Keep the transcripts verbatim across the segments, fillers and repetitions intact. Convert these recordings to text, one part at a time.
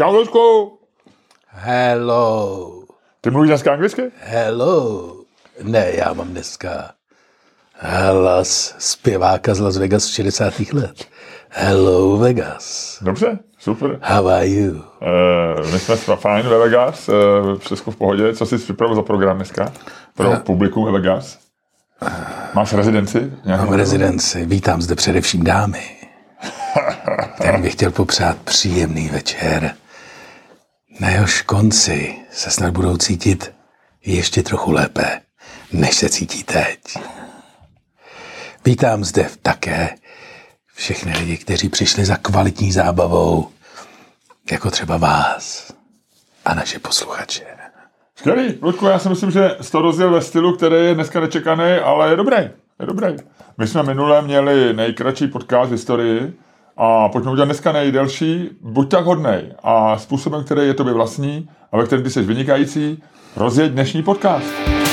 Čau, Luďku. Hello. Ty mluvíš dneska anglicky? Hello. Ne, já mám dneska hlas zpěváka z Las Vegas z šedesátých let. Hello Vegas. Dobře, super. How are you? Uh, my jsme fajn ve Vegas, uh, všechno v pohodě. Co jsi připravil za program dneska pro uh, publikum ve Vegas? Máš rezidenci? Mám rezidenci. Vítám zde především dámy. Ten bych chtěl popřát příjemný večer. Na jehož konci se snad budou cítit ještě trochu lépe, než se cítí teď. Vítám zde také všechny lidi, kteří přišli za kvalitní zábavou, jako třeba vás a naše posluchače. Skvělý, Ludku, já si myslím, že jsi to rozjel ve stylu, který je dneska nečekaný, ale je dobrý, je dobrý. My jsme minule měli nejkratší podcast v historii a pojďme udělat dneska nejdelší. Buď tak hodnej a způsobem, který je tobě vlastní a ve kterém ty jsi vynikající, rozjeď dnešní podcast.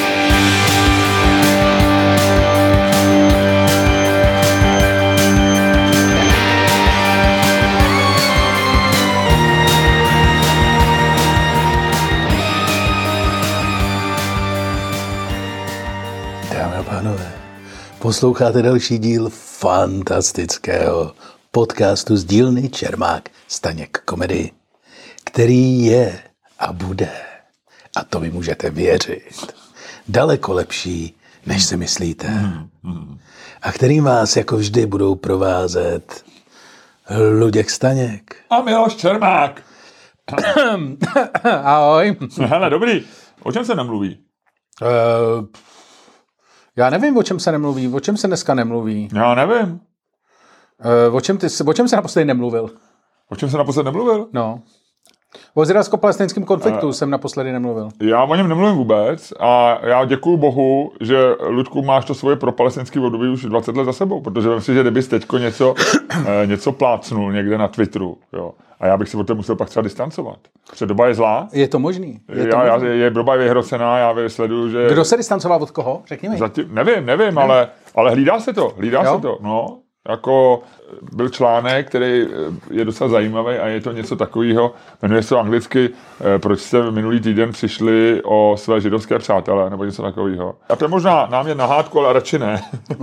Posloucháte další díl fantastického podcastu z dílny Čermák Staněk Komedy, který je a bude, a to vy můžete věřit, daleko lepší, než si myslíte. A kterým vás jako vždy budou provázet Luděk Staněk. A Miloš Čermák. Ahoj. Hele, dobrý. O čem se nemluví? Uh, Já nevím, o čem se nemluví. O čem se dneska nemluví? Já nevím. Uh, o, čem ty, o čem se naposledy nemluvil? O čem se naposledy nemluvil? No. O izraelsko-palestinském konfliktu uh, jsem naposledy nemluvil. Já o něm nemluvím vůbec a já děkuju Bohu, že, Ludku, máš to svoje propalestinské období už dvacet let za sebou, protože vím si, že kdybys teďko něco, eh, něco plácnul někde na Twitteru, jo, a já bych si od té musel pak třeba distancovat. Protože doba je zlá. Je to možný. Je, to já, možný. Já, je doba vyhrocená, já sleduju, že... Kdo se distancoval od koho? Řekni mi. Zatím, nevím, nevím, ale, ale hlídá se to, hlídá jo? se to, no. Jako byl článek, který je docela zajímavý a je to něco takového, jmenuje se to anglicky, proč jste minulý týden přišli o své židovské přátelé, nebo něco takového. A to je možná námět na hádku, ale radši ne.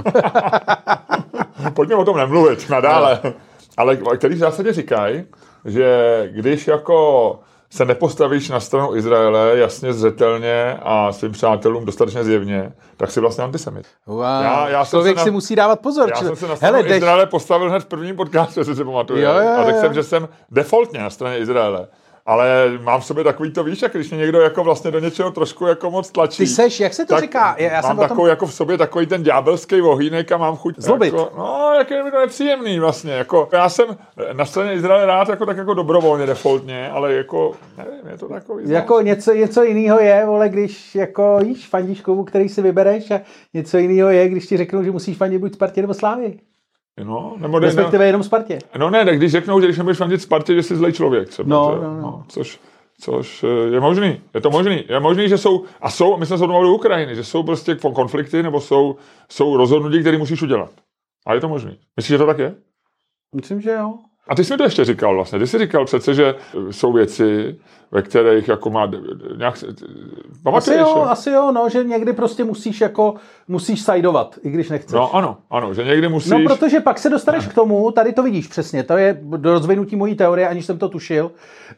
Pojďme o tom nemluvit nadále. Ale který v zásadě říkají, že když jako se nepostavíš na stranu Izraele jasně, zřetelně a svým přátelům dostatečně zjevně, tak si vlastně antisemit. Wow. Já, já Člověk si na, musí dávat pozor. Já jsem se na stranu Hele, Izraele deš... postavil hned v prvním podcastu, jestli si pamatuje. Jo, jo, a řekl jsem, že jsem defaultně na straně Izraele. Ale mám v sobě takový to, víš, jak když mě někdo jako vlastně do něčeho trošku jako moc tlačí. Ty seš, jak se to říká? Já, já mám jsem takový tom... jako v sobě takový ten ďábelský ohýnek a mám chuť zlobit. Jako, no, jak je mi to nepříjemný vlastně. Jako, já jsem na straně Izraele rád jako tak jako dobrovolně, defaultně, ale jako, nevím, je to takový. Jako něco, něco jiného je, vole, když jako jíš fandíš klubu, který si vybereš, a něco jiného je, když ti řeknou, že musíš fandit buď Spartě nebo Slávii. No, nebo respektive no, jenom Spartě. No ne, tak když řeknou, že když nebudeš fandit Spartě, že jsi zlej člověk třeba. No, že, no, no. no, což Což je možný, je to možný. Je možný, že jsou, a jsou, my jsme se odmluvili do Ukrajiny, že jsou prostě konflikty, nebo jsou, jsou rozhodnutí, které musíš udělat. A je to možný. Myslíš, že to tak je? Myslím, že jo. A ty jsi mi to ještě říkal vlastně. Ty jsi říkal přece, že jsou věci, ve kterých jako má nějak... Pamatuješ? Asi jo, asi jo, no, že někdy prostě musíš jako, musíš sajdovat, i když nechceš. No ano, ano, že někdy musíš... No, protože pak se dostaneš k tomu, tady to vidíš přesně, to je do rozvinutí mojí teorie, aniž jsem to tušil,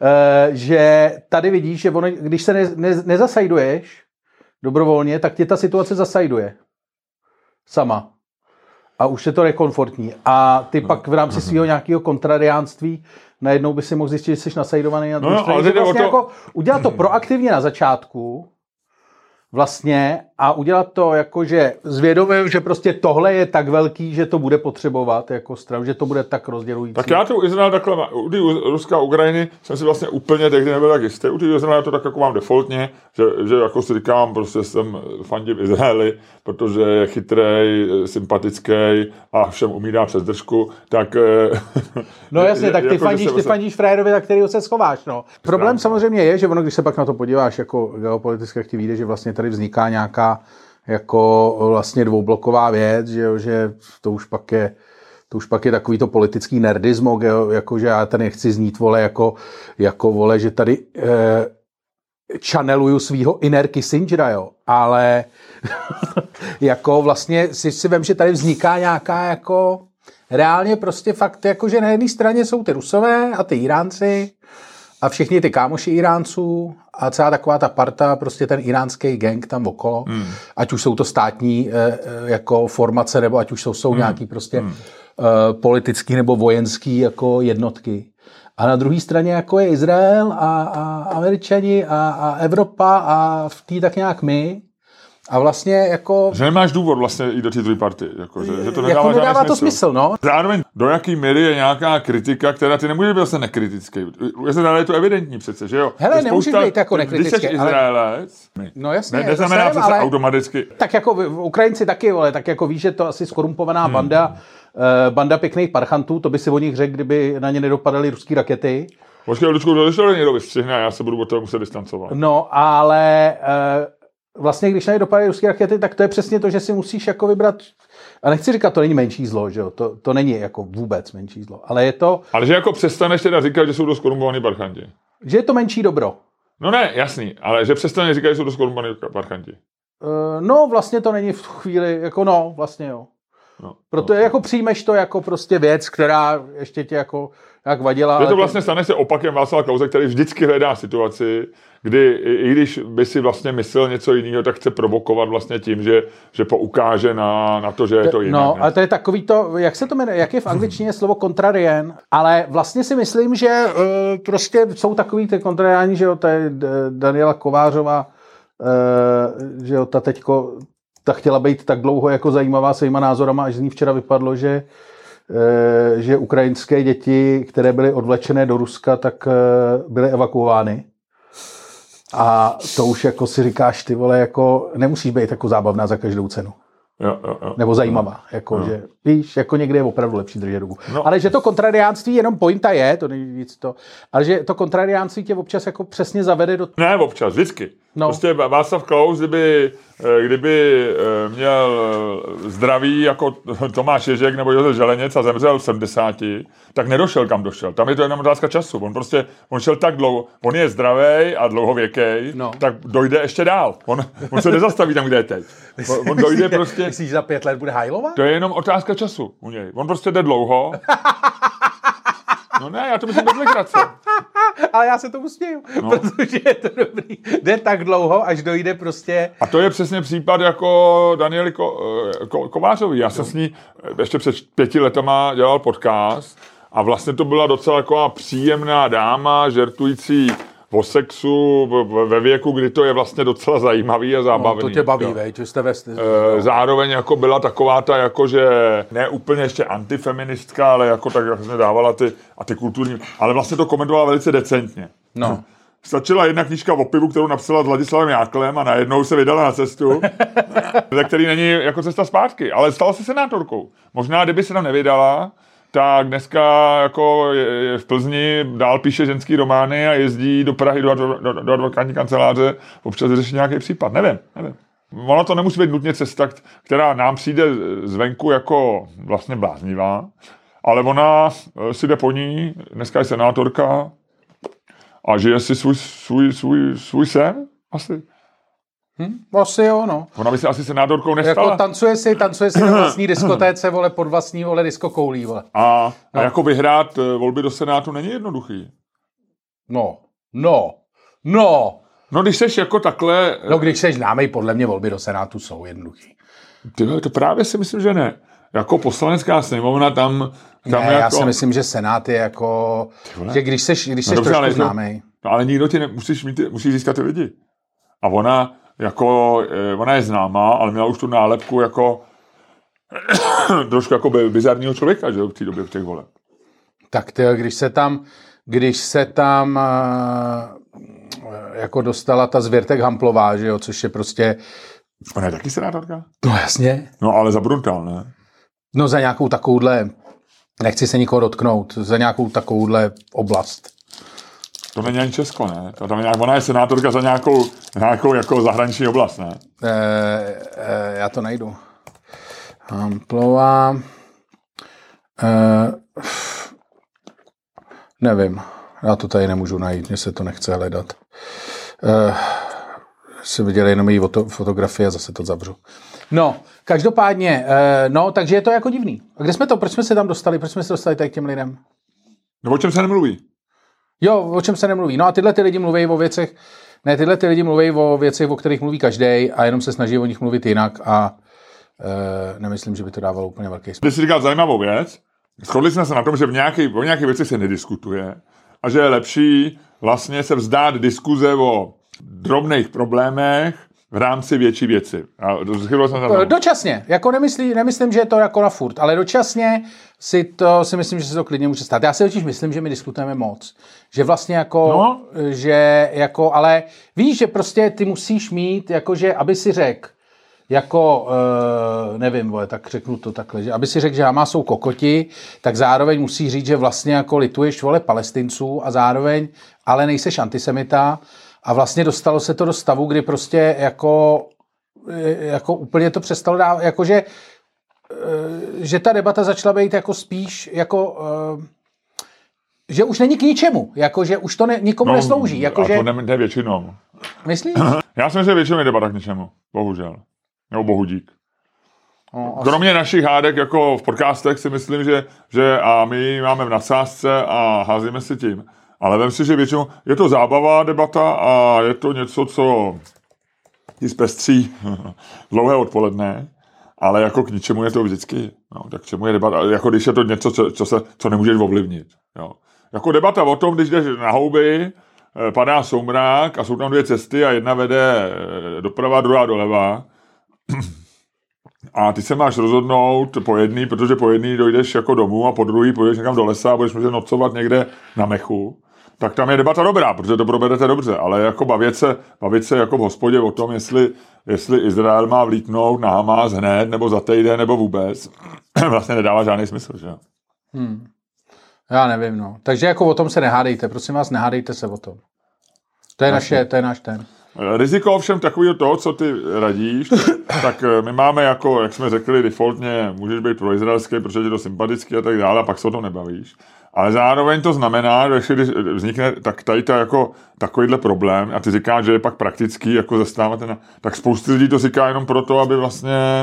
že tady vidíš, že ono, když se ne, ne, nezasajduješ dobrovolně, tak tě ta situace zasajduje. Sama. A už je to nekomfortní. A ty no. pak v rámci svého nějakého kontrariánství najednou by si mohl zjistit, že jsi nasajdovaný na druhé no, straně. Vlastně to... jako udělat to proaktivně na začátku vlastně a udělat to jako, že zvědomím, že prostě tohle je tak velký, že to bude potřebovat jako strav, že to bude tak rozdělující. Tak já to Izrael takhle, u té Ruska a Ukrajiny jsem si vlastně úplně tehdy nebyl tak jistý. U té Izraela to tak jako mám defaultně, že, že jako si říkám, prostě jsem fandím Izraeli, protože je chytrej, sympatický a všem umí dát přes držku, tak... No jasně, tak ty jako, fandíš, ty fandíš frajerovi, za kterého se schováš, no. Problém samozřejmě je, že ono, když se pak na to podíváš jako geopoliticky, jak ti vyjde, že vlastně tady vzniká nějaká jako vlastně dvoubloková věc, že, že to už pak je to už pak je takový to politický nerdismo, jako že já tady nechci znít, vole, jako, jako vole, že tady eh, channeluju svýho inner Kissingera, jo, ale jako vlastně si, si vem, že tady vzniká nějaká jako reálně prostě fakt, jako že na jedné straně jsou ty Rusové a ty Iránci a všichni ty kámoši Iránců a celá taková ta parta, prostě ten iránský gang tam okolo, hmm. ať už jsou to státní eh, jako formace, nebo ať už jsou, jsou hmm. nějaký prostě hmm. eh, politický nebo vojenský jako jednotky. A na druhé straně jako je Izrael a, a Američani a, a Evropa a v té tak nějak my. A vlastně jako... Že nemáš důvod vlastně jít do té druhé party. Jako, že, že to nedává, jako nedává smysl. to smysl, no. Zároveň do jaký míry je nějaká kritika, která ty nemůže být vlastně nekritický. Je to evidentní přece, že jo? Hele, nemůžeš být jako nekritický. Když jsi Izraelec, ale... no jasně, ne, neznamená to přece ale... automaticky. Tak jako Ukrajinci taky, vole, tak jako víš, že to asi skorumpovaná hmm. banda, uh, banda pěkných parchantů, to by si o nich řekl, kdyby na ně nedopadaly ruský rakety. Počkej, Lučku, to ještě někdo vystřihne a já se budu od toho muset distancovat. No, ale... Uh, Vlastně, když na ně dopadají ruské rakety, tak to je přesně to, že si musíš jako vybrat, a nechci říkat, to není menší zlo, že jo, to, to není jako vůbec menší zlo, ale je to... Ale že jako přestaneš teda říkat, že jsou to skorumpovaní parchanti. Že je to menší dobro. No ne, jasný, ale že přestaneš říkat, že jsou to skorumpovaní parchanti. Uh, no, vlastně to není v tu chvíli, jako no, vlastně jo. No, Proto no. jako přijmeš to jako prostě věc, která ještě tě jako jak vadila. Je to vlastně stane se opakem Václava Klause, který vždycky hledá situaci, kdy i když by si vlastně myslel něco jiného, tak chce provokovat vlastně tím, že, že poukáže na, na to, že je to jinak. No, ne? ale to je takový to, jak se to jmenuje, jak je v angličtině slovo contrarian, ale vlastně si myslím, že uh, prostě jsou takový ty contrariáni, že jo, to je Daniela Kovářová, uh, že jo, ta teďko, ta chtěla být tak dlouho jako zajímavá svýma názorama, až z ní včera vypadlo, že uh, že ukrajinské děti, které byly odvlečené do Ruska, tak uh, byly evakuovány. A to už jako si říkáš, ty vole, jako nemusíš být jako zábavná za každou cenu. Jo, jo, jo. Nebo zajímavá. Jako, jo. že, víš, jako někdy je opravdu lepší držet ruku. No. Ale že to kontrariánství, jenom pointa je, to není víc to, ale že to kontrariánství tě občas jako přesně zavede do... Ne, občas, vždycky. No. Prostě Václav Klaus, kdyby, kdyby měl zdraví jako Tomáš Ježek nebo Josef Želeněc a zemřel v sedmdesáti, tak nedošel, kam došel. Tam je to jenom otázka času. On prostě, on šel tak dlouho, on je zdravý a dlouhověký, no. tak dojde ještě dál. On, on se nezastaví tam, kde je teď. On, on dojde prostě... Myslíš, za pět let bude hajlovat? To je jenom otázka času u něj. On prostě jde dlouho. No ne, já to myslím bez legrace. Ale já se tomu směju, no. Protože je to dobrý. Jde tak dlouho, až dojde prostě... A to je přesně případ jako Daniely Ko, Ko, Kovářový. Já jsem no. s ní ještě před pěti letama dělal podcast a vlastně to byla docela taková příjemná dáma, žertující o sexu ve věku, kdy to je vlastně docela zajímavý a zábavný. No, to tě baví, vej, že jste ve... E, zároveň jako byla taková ta, jakože ne úplně ještě antifeministka, ale jako tak, jak jsme dávala ty, a ty kulturní, ale vlastně to komentovala velice decentně. No. Stačila jedna knížka o pivu, kterou napsala s Ladislavem Jáklem a najednou se vydala na cestu, za který není jako cesta zpátky, ale stala se senátorkou. Možná, kdyby se tam nevydala, tak dneska jako je, je v Plzni, dál píše ženský romány a jezdí do Prahy do, do, do, do advokátní kanceláře, občas řeší nějaký případ. Nevím, nevím. Ono to nemusí být nutně cesta, která nám přijde zvenku jako vlastně bláznivá, ale ona si jde po ní, dneska je senátorka a žije si svůj, svůj, svůj, svůj sen, asi. Hm, asi jo, no. Ona by se asi senátorkou nestala. Jako tancuje si, tancuje si na vlastní diskotéce, vole, pod vlastní, vole, diskokoulí, vole. A, a no. jako vyhrát volby do Senátu není jednoduchý. No, no, no. No, když seš jako takhle... No, když seš známej, podle mě volby do Senátu jsou jednoduchý. Ty, to právě si myslím, že ne. Jako poslanecká sněmovna tam... tam ne, jako... já si myslím, že Senát je jako... Že když seš, když seš no, dobře, trošku známej. No, ale nikdo ti ne, musíš, mít, musíš získat ty lidi. A ona... Jako, ona je známá, ale měla už tu nálepku jako trošku jako bizarního člověka, že jo, v té době v těch volech. Tak ty, když se tam, když se tam jako dostala ta Zvěrtek Hamplová, že jo, což je prostě... Ona je taky senátorka? No jasně. No ale za Bruntal, ne? No za nějakou takovouhle, nechci se nikoho dotknout, za nějakou takovouhle oblast. To není ani Česko, ne? To tam je nějak, ona je senátorka za nějakou, nějakou jako zahraniční oblast, ne? E, e, já to najdu. Hamplová. Uh, nevím. Já to tady nemůžu najít, mně se to nechce hledat. Uh, si viděl jenom její fotografie a zase to zavřu. No, každopádně, uh, no, takže je to jako divný. A kde jsme to, proč jsme se tam dostali, proč jsme se dostali tady k těm lidem? No o čem se nemluví? Jo, o čem se nemluví. No a tyhle ty lidi mluví o věcech, ne, tyhle ty lidi mluví o věcech, o kterých mluví každý a jenom se snaží o nich mluvit jinak a uh, nemyslím, že by to dávalo úplně velký smysl. Ty jsi říkal zajímavou věc. Shodli jsme se na tom, že v nějaký, o nějaké věci se nediskutuje a že je lepší vlastně se vzdát diskuze o drobných problémech v rámci větší věci. A dočasně. Jako nemyslí, nemyslím, že je to jako na furt, ale dočasně si to si myslím, že se to klidně může stát. Já si totiž myslím, že my diskutujeme moc. Že vlastně jako, no. že jako, ale víš, že prostě ty musíš mít, jakože, aby si řekl, jako, uh, nevím, vole, tak řeknu to takhle, že aby si řekl, že Hamas jsou kokoti, tak zároveň musí říct, že vlastně jako lituješ, vole, Palestinců a zároveň, ale nejseš antisemita a vlastně dostalo se to do stavu, kdy prostě jako, jako úplně to přestalo dávat, jakože, uh, že ta debata začala být jako spíš, jako, uh, že už není k ničemu, jakože už to ne, nikomu no, neslouží. Jakože... A to ne, ne většinou. Myslíš? Já si myslím, že většinou je debata k ničemu, bohužel. Nebo bohu dík. No, kromě našich hádek jako v podcastech si myslím, že, že a my máme v nadsázce a házíme si tím. Ale vem si, že většinou je to zábava debata a je to něco, co ji zpestří dlouhé odpoledne, ale jako k ničemu je to vždycky. No, tak k čemu je debata? Jako když je to něco, co, co, se, co nemůžeš ovlivnit. Jo. Jako debata o tom, když jdeš na houby, padá soumrák a jsou tam dvě cesty a jedna vede doprava, druhá doleva. A ty se máš rozhodnout po jedný, protože po jedný dojdeš jako domů a po druhý pojedeš někam do lesa a budeš může nocovat někde na mechu, tak tam je debata dobrá, protože to proberete dobře, ale jako bavit se, bavit se jako v hospodě o tom, jestli, jestli Izrael má vlítnout na Hamas hned, nebo za týden, nebo vůbec, vlastně nedává žádný smysl, že? Hmm. Já nevím, no. Takže jako o tom se nehádejte, prosím vás, nehádejte se o tom. To je, naše, to je náš ten. Riziko ovšem takového toho, co ty radíš, tak my máme jako, jak jsme řekli, defaultně můžeš být proizraelský, protože je to sympatický a tak dále, a pak se o tom nebavíš. Ale zároveň to znamená, že když vznikne tak tady ta jako takovýhle problém a ty říkáš, že je pak praktický, jako zastávat ten, tak spoustu lidí to říká jenom proto, aby vlastně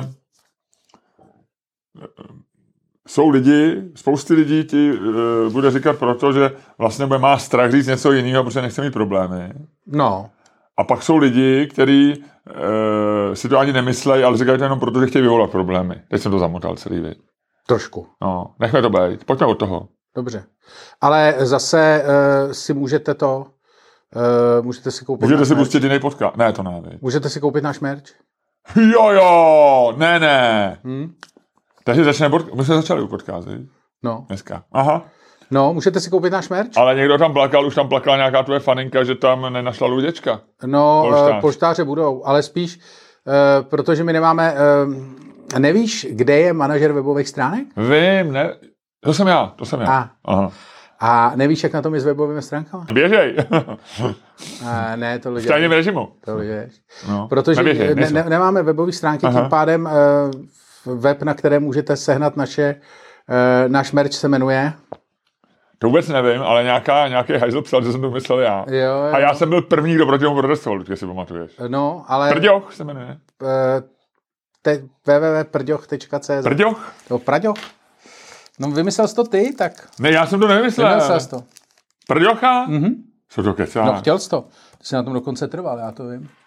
jsou lidi, spousty lidí ti uh, bude říkat proto, že vlastně bude má strach říct něco jiného, protože nechce mít problémy. No. A pak jsou lidi, kteří e, si to ani nemyslejí, ale říkají to jenom proto, že chtějí vyvolat problémy. Teď jsem to zamotal celý, vy. Trošku. No, nechme to být. Pojďme od toho. Dobře. Ale zase e, si můžete to, e, můžete si koupit Můžete si pustit jiný podcast. Ne, to ne, vy. Můžete si koupit náš merch? Jo, jo, ne, ne. Hmm? Takže začne podcast. My jsme začali u podcastu. No. Dneska. Aha. No, můžete si koupit náš merch? Ale někdo tam plakal, už tam plakala nějaká tvoje faninka, že tam nenašla luděčka. No, polštář. polštáře budou, ale spíš, uh, protože my nemáme, uh, nevíš, kde je manažer webových stránek? Vím, ne, to jsem já, to jsem já. A, Aha. a nevíš, jak na tom je s webovými stránkami? Běžej. uh, ne, to lidé. V tajném režimu. To lidé. No. Protože Neběžej, ne, ne, nemáme webové stránky, Aha. tím pádem uh, web, na kterém můžete sehnat naše, uh, náš merch se jmenuje... To vůbec nevím, ale nějaká, nějaký hajzl psal, že jsem to myslel já. Jo, jo. A já jsem byl první, kdo proti tomu protestoval, když si pamatuješ. No, ale... Prďoch se jmenuje. Te, w w w tečka prďoch tečka c z Prďoch? To Prďoch. No vymyslel jsi to ty, tak... Ne, já jsem to nevymyslel. Vymyslel jsi to. Prďocha? Mhm. Co to kecáš? No chtěl jsi to. Ty jsi na tom dokonce trval, já to vím.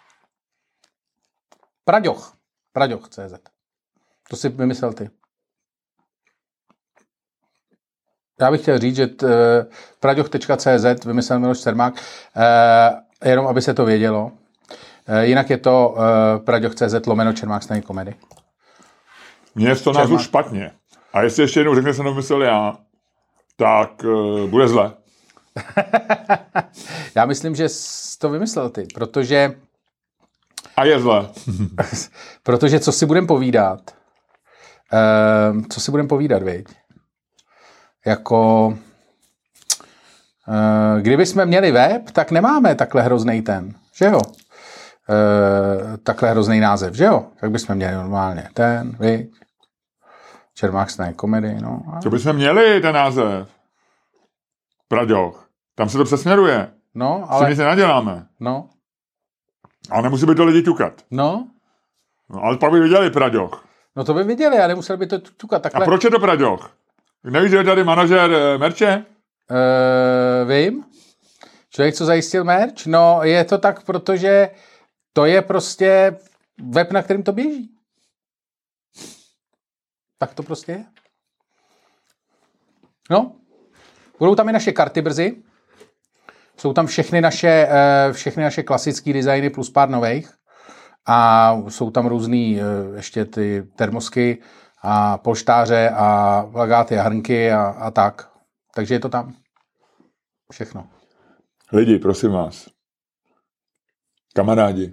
Prďoch. Prďoch tečka c z. To si vymyslel ty. Já bych chtěl říct, že t, prďoch tečka c z vymyslel Miloš Cermák, eh, jenom aby se to vědělo. Eh, jinak je to eh, prďoch tečka c z lomeno Čermák Staněk komedy. Mně je to názvu špatně. A jestli ještě jednou řekne, že jsem to vymyslel já, tak eh, bude zle. Já myslím, že jsi to vymyslel ty, protože... A je zle. Protože co si budem povídat? Eh, co si budem povídat, viď? Jako, e, kdyby jsme měli web, tak nemáme takhle hrozný ten, že jo? E, takhle hrozný název, že jo? Tak bychom měli normálně ten, viď? Čermák Staněk komedy, no. A... To bychom měli ten název. Praďoch. Tam se to přesměruje. No, ale... S tím nic neděláme. No. Ale nemusí by to lidi ťukat. No. No, ale pak by viděli Praďoch. No to by viděli, a nemuseli by to ťukat takhle. A proč je to Praďoch? Nevíš, že je tady manažer merče? Uh, vím. Člověk, co zajistil merch? No, je to tak, protože to je prostě web, na kterým to běží. Tak to prostě je. No. Budou tam i naše karty brzy. Jsou tam všechny naše, všechny naše klasické designy plus pár nových. A jsou tam různý ještě ty termosky a polštáře a plakáty a hrnky a, a tak. Takže je to tam. Všechno. Lidi, prosím vás. Kamarádi.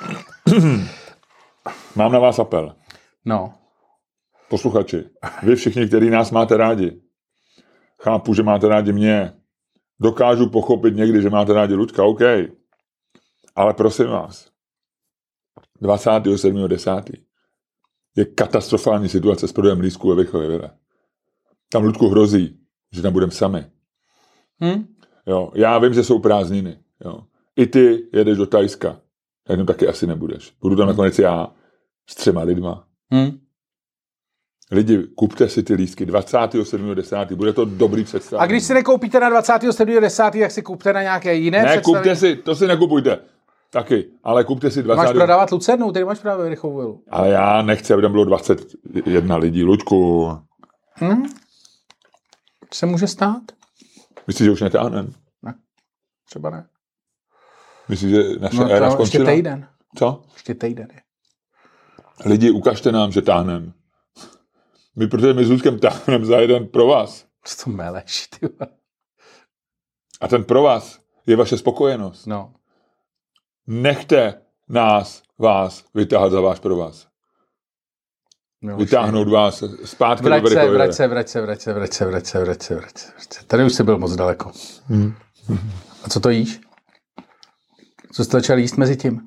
Mám na vás apel. No. Posluchači. Vy všichni, kteří nás máte rádi. Chápu, že máte rádi mě. Dokážu pochopit někdy, že máte rádi Luďka, OK. Ale prosím vás. dvacátého sedmého desátého je katastrofální situace s prodejem lístků ve Věchově Vile. Tam, Luďku, hrozí, že tam budeme sami. Hm? Jo, já vím, že jsou prázdniny. Jo. I ty jedeš do Thajska. Tak tam taky asi nebudeš. Budu tam nakonec já s třema lidma. Hm? Lidi, kupte si ty lístky dvacátého sedmého desátého Bude to dobrý představení. A když si nekoupíte na dvacátého sedmého desátého tak si kupte na nějaké jiné ne, představení. Ne, kupte si, to si nekupujte. Taky, ale kupte si dvacátého Máš prodávat Lucernu, ty máš právě Věchovou Vilu. Ale já nechci, aby tam bylo dvacet jedna lidí. Luďku. Hm? Se může stát? Myslíš, že už netáhnem? Ne, třeba ne. Myslíš, že naše no, éra skončila? Ještě týden. Co? Ještě týden je. Lidi, ukažte nám, že táhnem. My, protože my s Luďkem táhnem za jeden pro vás. Co to meleš, ty. A ten pro vás je vaše spokojenost. No. Nechte nás, vás, vytáhat za váš pro vás. No, vytáhnout vás zpátky vrať do se, vrať se, vrať se, vrať se, vrať se, vrať se, vrať se, vrať se. Tady už jsi byl moc daleko. Hmm. A co to jíš? Co jsi to začal jíst mezi tím?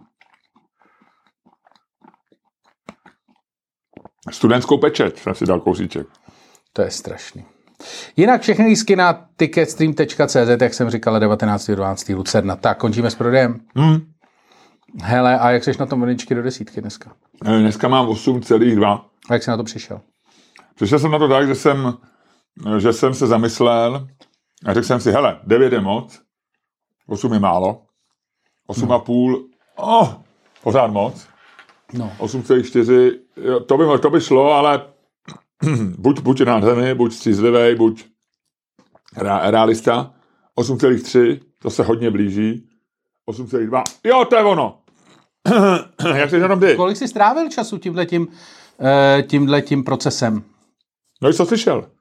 Studentskou pečeť jsem si dal kousíček. To je strašný. Jinak všechny lístky na ticketstream tečka cé zet, jak jsem říkal, devatenáctého dvanáctého Lucerna. Tak, končíme s prodejem. Hmm. Hele, a jak jsi na tom jedničky do desítky dneska? Dneska mám osm celá dva. A jak jsi na to přišel? Přišel jsem na to tak, že jsem, že jsem se zamyslel a řekl jsem si, hele, devět je moc, osm je málo, osm a půl, oh, pořád moc, no. osm celá čtyři, to by, to by šlo, ale buď, buď na zemi, buď střízlivý, buď re, realista, osm celá tři, to se hodně blíží, osm celá dva, jo, to je ono. Jak jsi na tom ty? Kolik jsi strávil času tímhletím, tímhletím procesem? No i co slyšel?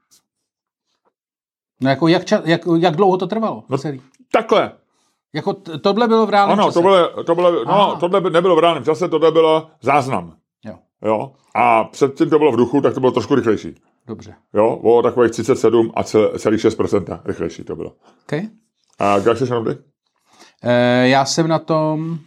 No jako jak, ča, jak, jak dlouho to trvalo? No, celý? Takhle. Jako t- tohle bylo v reálném ano, čase? Ano, tohle, tohle, no, tohle nebylo v reálném čase, tohle bylo záznam. Jo. Jo. A předtím to bylo v duchu, tak to bylo trošku rychlejší. Dobře. Jo, o takových třicet sedm a celých šest procent rychlejší to bylo. Okay. A jak jsi na ty? E, já jsem na tom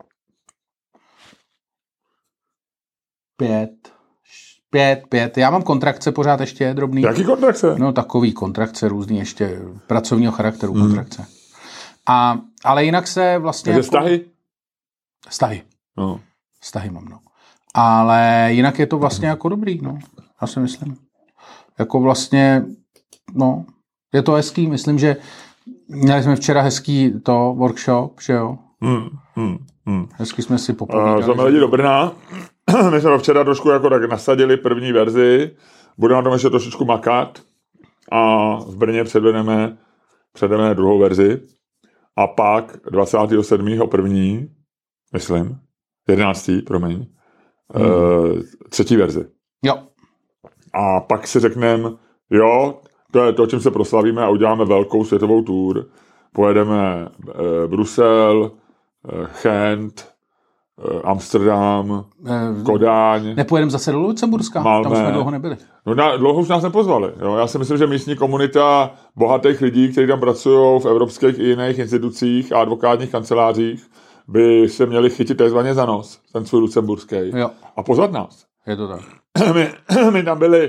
pět. Pět, pět. Já mám kontrakce pořád ještě drobný. Jaký kontrakce? No takový kontrakce různý ještě pracovního charakteru hmm. kontrakce. A, ale jinak se vlastně... Takže jako... vztahy? Vztahy. No. Vztahy mám, no. Ale jinak je to vlastně jako dobrý, no. Já si myslím. Jako vlastně, no, je to hezký. Myslím, že měli jsme včera hezký to workshop, že jo? Hmm, hmm, hmm. Hezky jsme si popovídali. Uh, jsme lidi do Brna. My jsme včera trošku jako tak nasadili první verzi. Budeme na tom ještě trošičku makat. A v Brně předvedeme, předvedeme druhou verzi. A pak dvacátého sedmého prvního myslím, jedenáctého promiň, hmm. uh, třetí verzi. Jo. A pak si řekneme, jo, to je to, čím se proslavíme a uděláme velkou světovou tour. Pojedeme uh, Brusel, uh, Chent, uh, Amsterdam, eh, Kodáň. Nepojedeme zase do Lucemburska? Malmö. Tam jsme dlouho nebyli. No na, dlouho už nás nepozvali. Jo. Já si myslím, že místní komunita bohatých lidí, kteří tam pracují v evropských i jiných institucích a advokátních kancelářích, by se měli chytit takzvaně za nos, ten svůj lucemburský, jo. a pozvat nás. Je to tak. My, my tam byli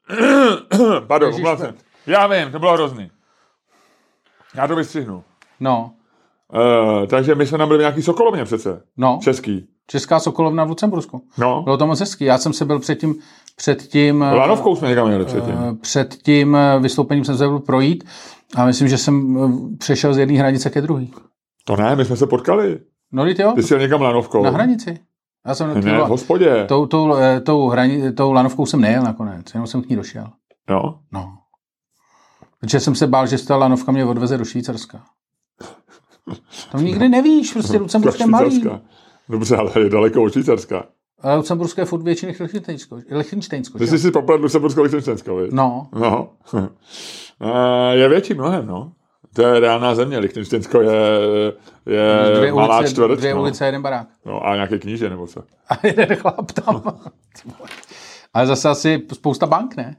Pardon, umlacen. Já vím, to bylo hrozný. Já to vystřihnu. No. Uh, takže my jsme tam byli v nějaký Sokolovně přece. No. Český. Česká Sokolovna v Lucembursku. No. Bylo to moc hezký. Já jsem se byl předtím, předtím... Lanovkou jsme někam jeli předtím. Před tím vystoupením jsem se byl projít a myslím, že jsem přešel z jedné hranice ke druhé. To ne, my jsme se potkali. No, jo. Ty jsi jel někam lanovkou. Na hranici. Já jsem ne, ne, v hospodě. Tou, tou, tou, hrani, tou lanovkou jsem nejel nakonec, jenom jsem k ní došel. Jo? No. Protože jsem se bál, že ta lanovka mě odveze do Švýcarska. To nikdy nevíš, prostě Lucemburské malý. Dobře, ale je daleko od Švýcarska. Ale Lucemburské je furt většině Lichtensteinsko. Ty jsi si poplet Lucembursko-Lichtensteinsko, víš? No. No. Je větší mnohem, no. To je reálná země. Lichtensteinsko je, je dvě malá ulice, čtvrť. Dvě no. ulice, jeden barák. No a nějaké kníže, nebo co? A jeden chlap tam. Ale zase asi spousta bank, ne?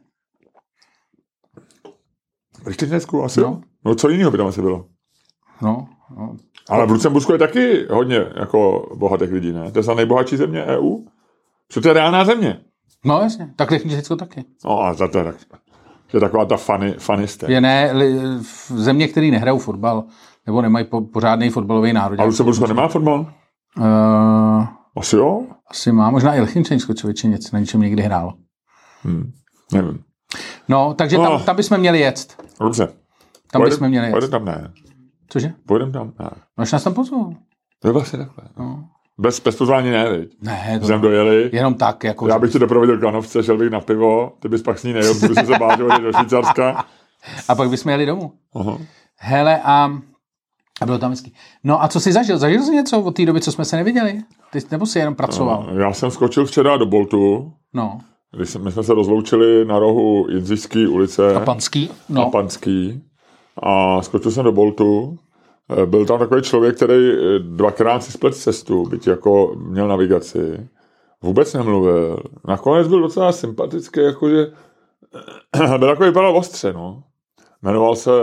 V Lichtensteinsku asi? No. No co jiného by tam asi bylo? No, no. Ale v Lucembursku je taky hodně jako bohatých lidí, ne? To je za nejbohatší země E U? Co to je reálná země? No jasně, tak Lichtensteinsko taky. No a za to je tak. To je taková ta funny, funny je ne, v země, který nehrajou fotbal, nebo nemají po, pořádný fotbalový národ. A Lucembursko nemá fotbal? Uh, asi jo? Asi má, možná i Lichtensteinsko člověče něco, na něčem někdy hrálo. Hmm, nevím. No, takže no. tam, tam bychom měli jet. Dobře. Tam Pojedem, bychom měli jet. Pojedem tam ne. Cože? Pojedem tam ne. No, až nás tam pozvou. To je vlastně takhle. No. Bez, bez pozvání ne, viď? Ne, to jsem dojeli. Jenom tak, jako... Já bych ti doprovodil k lanovce, šel bych na pivo, ty bys pak s ní nejel, ty bys se bál, že do Švýcarska. A pak bychom jeli domů. Aha. Hele, a... A bylo tam hezky. No a co jsi zažil? Zažil jsi něco od té doby, co jsme se neviděli? Ty, nebo jsi jenom pracoval? No, já jsem skočil včera do Boltu. No. Když jsme, my jsme se rozloučili na rohu Jindřišské ulice. A Panský. No. A Panský. A skočil jsem do Boltu. Byl tam takový člověk, který dvakrát si splet cestu, byť jako měl navigaci. Vůbec nemluvil. Nakonec byl docela sympatický, jakože byl takový, vypadal ostře, no. Jmenoval se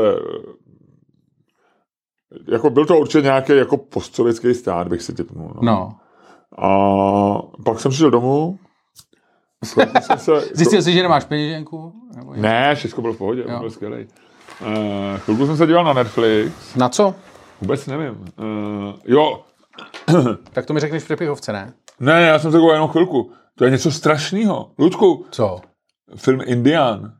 jako byl to určitě nějaký jako postsovětský stát, bych si tipnul. No. no. A pak jsem přišel domů. Jsem se, Zjistil jsi, že nemáš peněženku? Nebo ne, všechno bylo v pohodě, byl skvělej. Uh, chvilku jsem se díval na Netflix. Na co? Vůbec nevím. Uh, jo. Tak to mi řekneš v Přepichovce, ne? Ne, já jsem se díval jenom chvilku. To je něco strašného. Ludku. Co? Film Indián.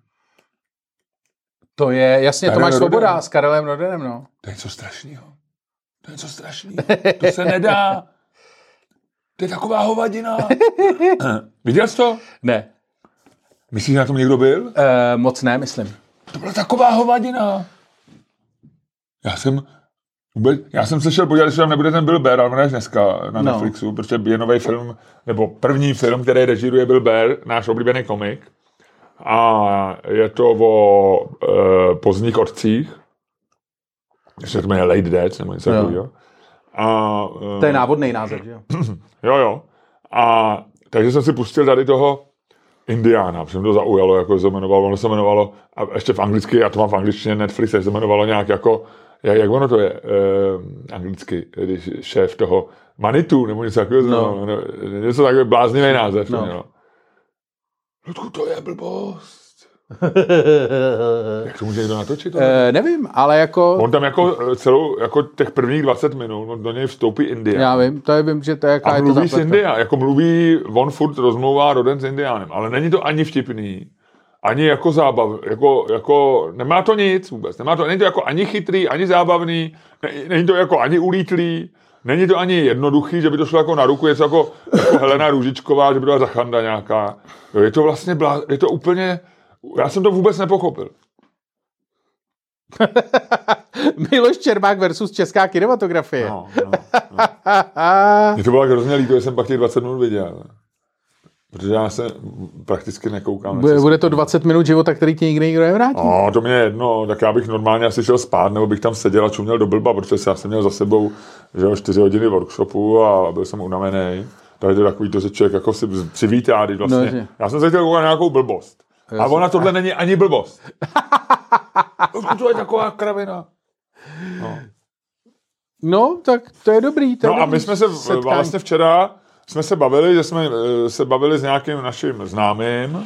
To je, jasně, Karel Tomáš Svoboda Roden. s Karelem Rodenem, no. To je něco strašného. To je něco strašného. To se nedá. To je taková hovadina. Viděl jsi to? Ne. Myslíš, že na tom někdo byl? Uh, moc ne, myslím. To byla taková hovadina. Já jsem vůbec, já jsem se šel podívat, jestli tam nebude ten Bill Burr, ale až dneska na no. Netflixu, protože je nový film, nebo první film, který režíruje Bill Burr, náš oblíbený komik. A je to o e, pozdních otcích. Ještě to jmenuje Late Dads, nebo něco takového. A to je návodný název, že jo? Jo, jo. A takže jsem si pustil tady toho Indiána, protože mě to zaujalo, jako se jmenovalo, ono se jmenovalo, a ještě v anglicky, já to mám v angličtině Netflix, se jmenovalo nějak jako, jak, jak ono to je, eh, anglicky, když šéf toho Manitou, nebo něco takového, no. no, něco takový bláznivý název. No. To Ludku, to je blbost. Jak to může někdo natočit? E, nevím, ale jako... On tam jako celou, jako těch prvních dvacet minut, do něj vstoupí India. Já vím, to je, vím, že to je jaká a je to mluví s India, jako mluví, on furt rozmlouvá Roden s Indiánem, ale není to ani vtipný, ani jako zábav, jako, jako, nemá to nic vůbec, nemá to, není to jako ani chytrý, ani zábavný, ne, není to jako ani ulítlý, není to ani jednoduchý, že by to šlo jako na ruku, je to jako, jako Helena Růžičková, že by to byla Zachanda nějaká, jo, je to vlastně, blá, je to úplně, já jsem to vůbec nepochopil. Miloš Čermák versus česká kinematografie. No, no, no. Mně to bylo hrozně líto, že jsem pak těch dvacet minut viděl. Protože já se prakticky nekoukám. Bude, bude to dvacet minut života, který ti nikdy nikdo nevrátí? No, to mě je jedno. Tak já bych normálně asi šel spát, nebo bych tam seděl a čuměl do blba, protože já jsem měl za sebou že jo, čtyři hodiny workshopu a byl jsem unavený. Takže to je takový to, že člověk jako si přivítá, když vlastně... No, já jsem se chtěl koukat na nějakou blbost. A ona tohle není ani blbost. To je taková kravina. No. no, tak to je dobrý. To je no dobrý a my jsme se setkání. Vlastně včera jsme se bavili, že jsme se bavili s nějakým naším známým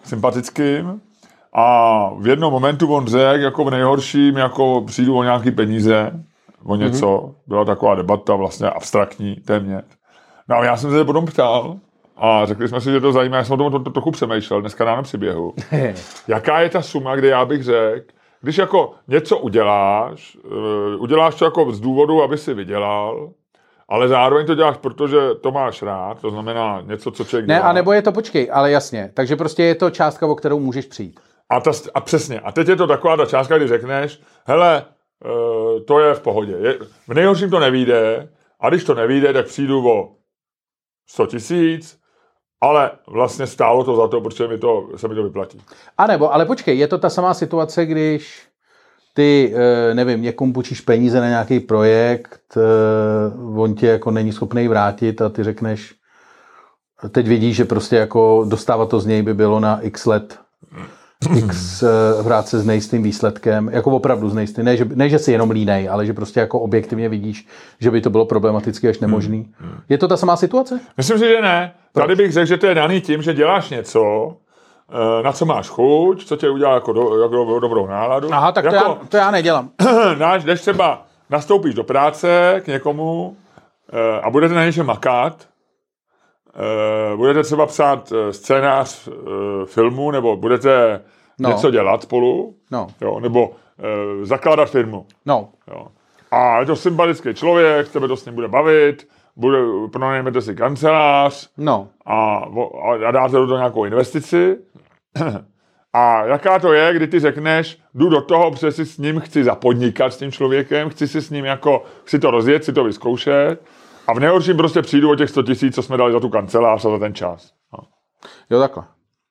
sympatickým a v jednom momentu on řekl, jako v nejhorším, jako přijdu o nějaký peníze, o něco, mm-hmm. byla taková debata vlastně abstraktní téměř. No a já jsem se potom ptal a řekli jsme si, že to zajímá, já jsem o tom to, to trochu přemýšlel, dneska ráno při běhu. Jaká je ta suma, kde já bych řekl, když jako něco uděláš, uh, uděláš to jako z důvodu, aby si vydělal, ale zároveň to děláš, protože to máš rád, to znamená něco, co člověk dělá. Ne, a nebo je to, počkej, ale jasně, takže prostě je to částka, o kterou můžeš přijít. A, ta, a přesně, a teď je to taková ta částka, kdy řekneš, hele, uh, to je v pohodě. Je, v nejhorším to nevyjde, a když to nevyjde, tak přijdu o sto tisíc, ale vlastně stálo to za to, protože mi to, se mi to vyplatí. A nebo, ale počkej, je to ta samá situace, když ty, nevím, někomu půjčíš peníze na nějaký projekt, on tě jako není schopný vrátit a ty řekneš, teď vidíš, že prostě jako dostávat to z něj by bylo na x let, x hrát se s nejistým výsledkem, jako opravdu s nejistým, ne že, ne, že si jenom línej, ale že prostě jako objektivně vidíš, že by to bylo problematicky až nemožný. Je to ta samá situace? Myslím si, že ne. Tady bych řekl, že to je daný tím, že děláš něco, na co máš chuť, co tě udělá jako, do, jako dobrou náladu. Aha, tak jako, to, já, to já nedělám. Náš, když třeba nastoupíš do práce k někomu a budete na něčem makat, budete třeba psát scénář filmu, nebo budete no. něco dělat spolu, no. jo, nebo zakládat firmu. No. Jo. A je to sympatický člověk, tebe to s ním bude bavit, bude, pronajmete si kancelář no. a, a dáte do toho nějakou investici. A jaká to je, kdy ty řekneš, jdu do toho, protože si s ním chci zapodnikat s tím člověkem, chci si s ním jako, chci to rozjet, chci to vyzkoušet a v nejhorším prostě přijdu o těch sto tisíc, co jsme dali za tu kancelář a za ten čas. No. Jo, takhle.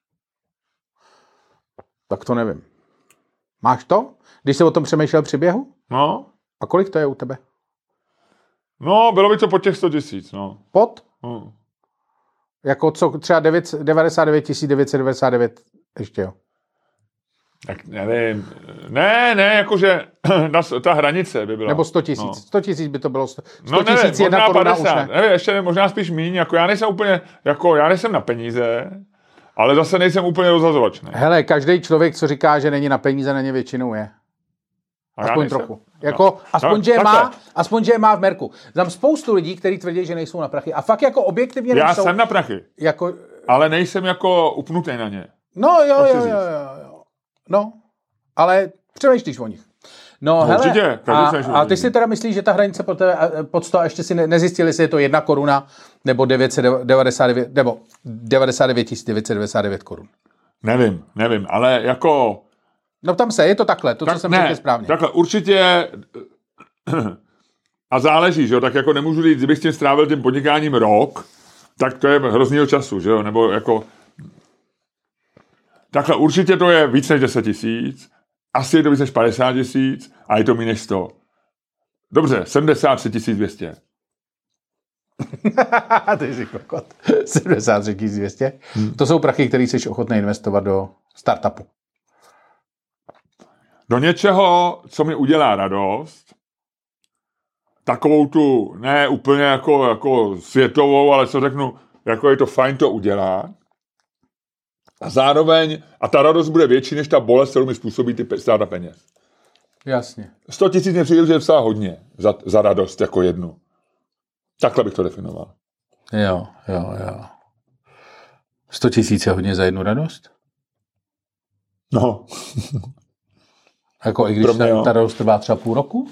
Tak to nevím. Máš to? Když jsi o tom přemýšlel při běhu? No. A kolik to je u tebe? No, bylo by to pod těch sto tisíc, no. Pod? Hmm. Jako co, třeba devadesát devět tisíc devět set devadesát devět ještě, jo. Tak nevím. Ne, ne, jakože ta hranice by byla. Nebo sto tisíc. No. sto tisíc by to bylo. sto no tisíc ne, jedna koruna už ne. Nevím, ještě možná spíš míň, jako já nejsem úplně, jako já nejsem na peníze, ale zase nejsem úplně rozhazovačný. Hele, každý člověk, co říká, že není na peníze, na ně většinou je. Aspoň trochu. Jako, no. Aspoň, no, že je má, aspoň, že je má v merku. Znám spoustu lidí, kteří tvrdí, že nejsou na prachy. A fakt jako objektivně já nejsou. Já jsem na prachy. Jako... Ale nejsem jako upnutý na ně. No jo, jo, jo, jo, jo. No, ale přemýšlíš o nich. No, no hele, určitě, a, a ty si teda myslíš, že ta hranice pod, tebe, pod sto, a ještě si ne, nezjistili, jestli je to jedna koruna, nebo devět set devadesát devět, nebo devadesát devět tisíc devět set devadesát devět korun. Nevím, nevím, ale jako... No tam se, je to takhle, to, tak, co jsem ne, řekl správně. Takhle, určitě... A záleží, že jo, tak jako nemůžu říct, kdybych s tím strávil tím podnikáním rok, tak to je hroznýho času, že jo, nebo jako... Takhle, určitě to je víc než deset tisíc, asi je to víc než padesát tisíc a je to méně než sto. Dobře, sedmdesát tři tisíc dvě stě. Ty jsi kokot. sedmdesát tři tisíc dvě stě? Hmm. To jsou prachy, které jsi ochotný investovat do startupu. Do něčeho, co mi udělá radost, takovou tu, ne úplně jako, jako světovou, ale co řeknu, jako je to fajn to udělat. A zároveň, a ta radost bude větší, než ta bolest, kterou mi způsobí ty ztráta peněz. Jasně. sto tisíc mě přijde, že je vstává hodně za, za radost jako jednu. Takhle bych to definoval. Jo, jo, jo. sto tisíc je hodně za jednu radost? No. Jako i když mě, ta, ta radost trvá třeba půl roku?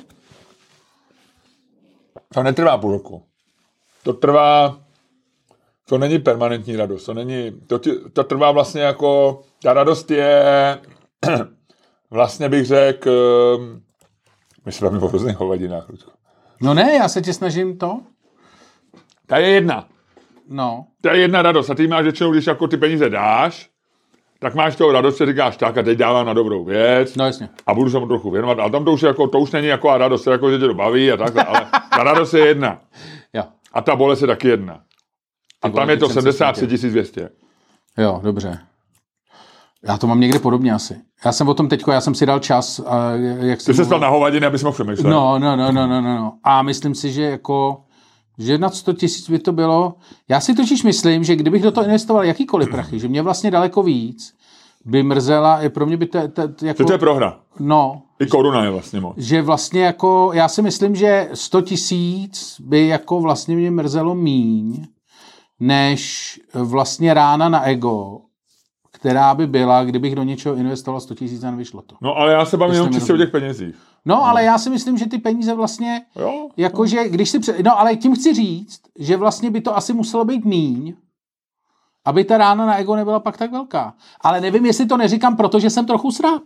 To netrvá půl roku. To trvá... To není permanentní radost. To není... To, ti, to trvá vlastně jako... Ta radost je... vlastně bych řekl... My se bavíme o různých hovadinách. No ne, já se tě snažím to. Ta je jedna. No. Ta je jedna radost. A ty máš většinou, když jako ty peníze dáš, tak máš toho radost, že říkáš tak a teď dávám na dobrou věc. No jasně. A budu se mu trochu věnovat. Ale tam to už, jako, to už není jako radost, jako, že tě to baví a takhle. Ale ta radost je jedna. Jo. A ta bolest je taky jedna. A tam je to sedmdesát tři tisíc dvě stě. Jo, dobře. Já to mám někde podobně asi. Já jsem o tom teďko, já jsem si dal čas. A jak Ty jsi stal na hovadiny, abys mohl přemýšlet. No, no, no, no, no, no. A myslím si, že jako, že nad sto tisíc by to bylo. Já si totiž myslím, že kdybych do toho investoval jakýkoliv prachy, že mě vlastně daleko víc by mrzela, je pro mě by to, to, to jako... To je prohra. No. I koruna je vlastně moc. Že vlastně jako, já si myslím, že sto tisíc by jako vlastně mě mrzelo míň, než vlastně rána na ego, která by byla, kdybych do něčeho investoval sto tisíc a nevyšlo to. No ale já se bavím jenom čistě o těch penězích. No, no, ale já si myslím, že ty peníze vlastně, jo, jakože, no. když si, pře- no, ale tím chci říct, že vlastně by to asi muselo být míň, aby ta rána na ego nebyla pak tak velká. Ale nevím, jestli to neříkám, protože jsem trochu sráb.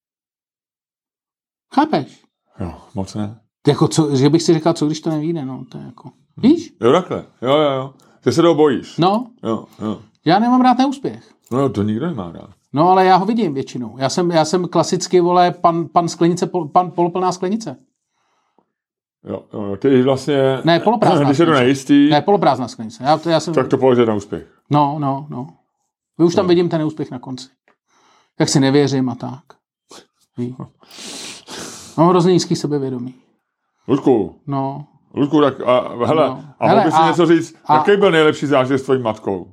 Chápeš? Jo, moc ne. Jako co, že bych si říkal, co když to nevíde, no, to je jako, víš? Jo, takhle, jo, jo, jo. Ty se toho bojíš. No, jo, jo. Já nemám rád neúspěch. No, to nikdo nemá rád. No, ale já ho vidím většinou. Já jsem, já jsem klasicky, vole, pan, pan sklenice, pol, pan poloplná sklenice. Jo, jo, ty vlastně... Ne, poloprázdná Když je to nejistý... Ne, poloprázdná sklenice. Já, to, já jsem... Tak to položit na úspěch. No, no, no. Vy už tam no. vidím ten neúspěch na konci. Jak si nevěřím a tak. Ví? Mám hrozně nízký sebevědomí. Ludku. No. Ludku, tak a, hele, no. a mohl bys si něco říct, a... jaký byl nejlepší zážitek s tvojí matkou?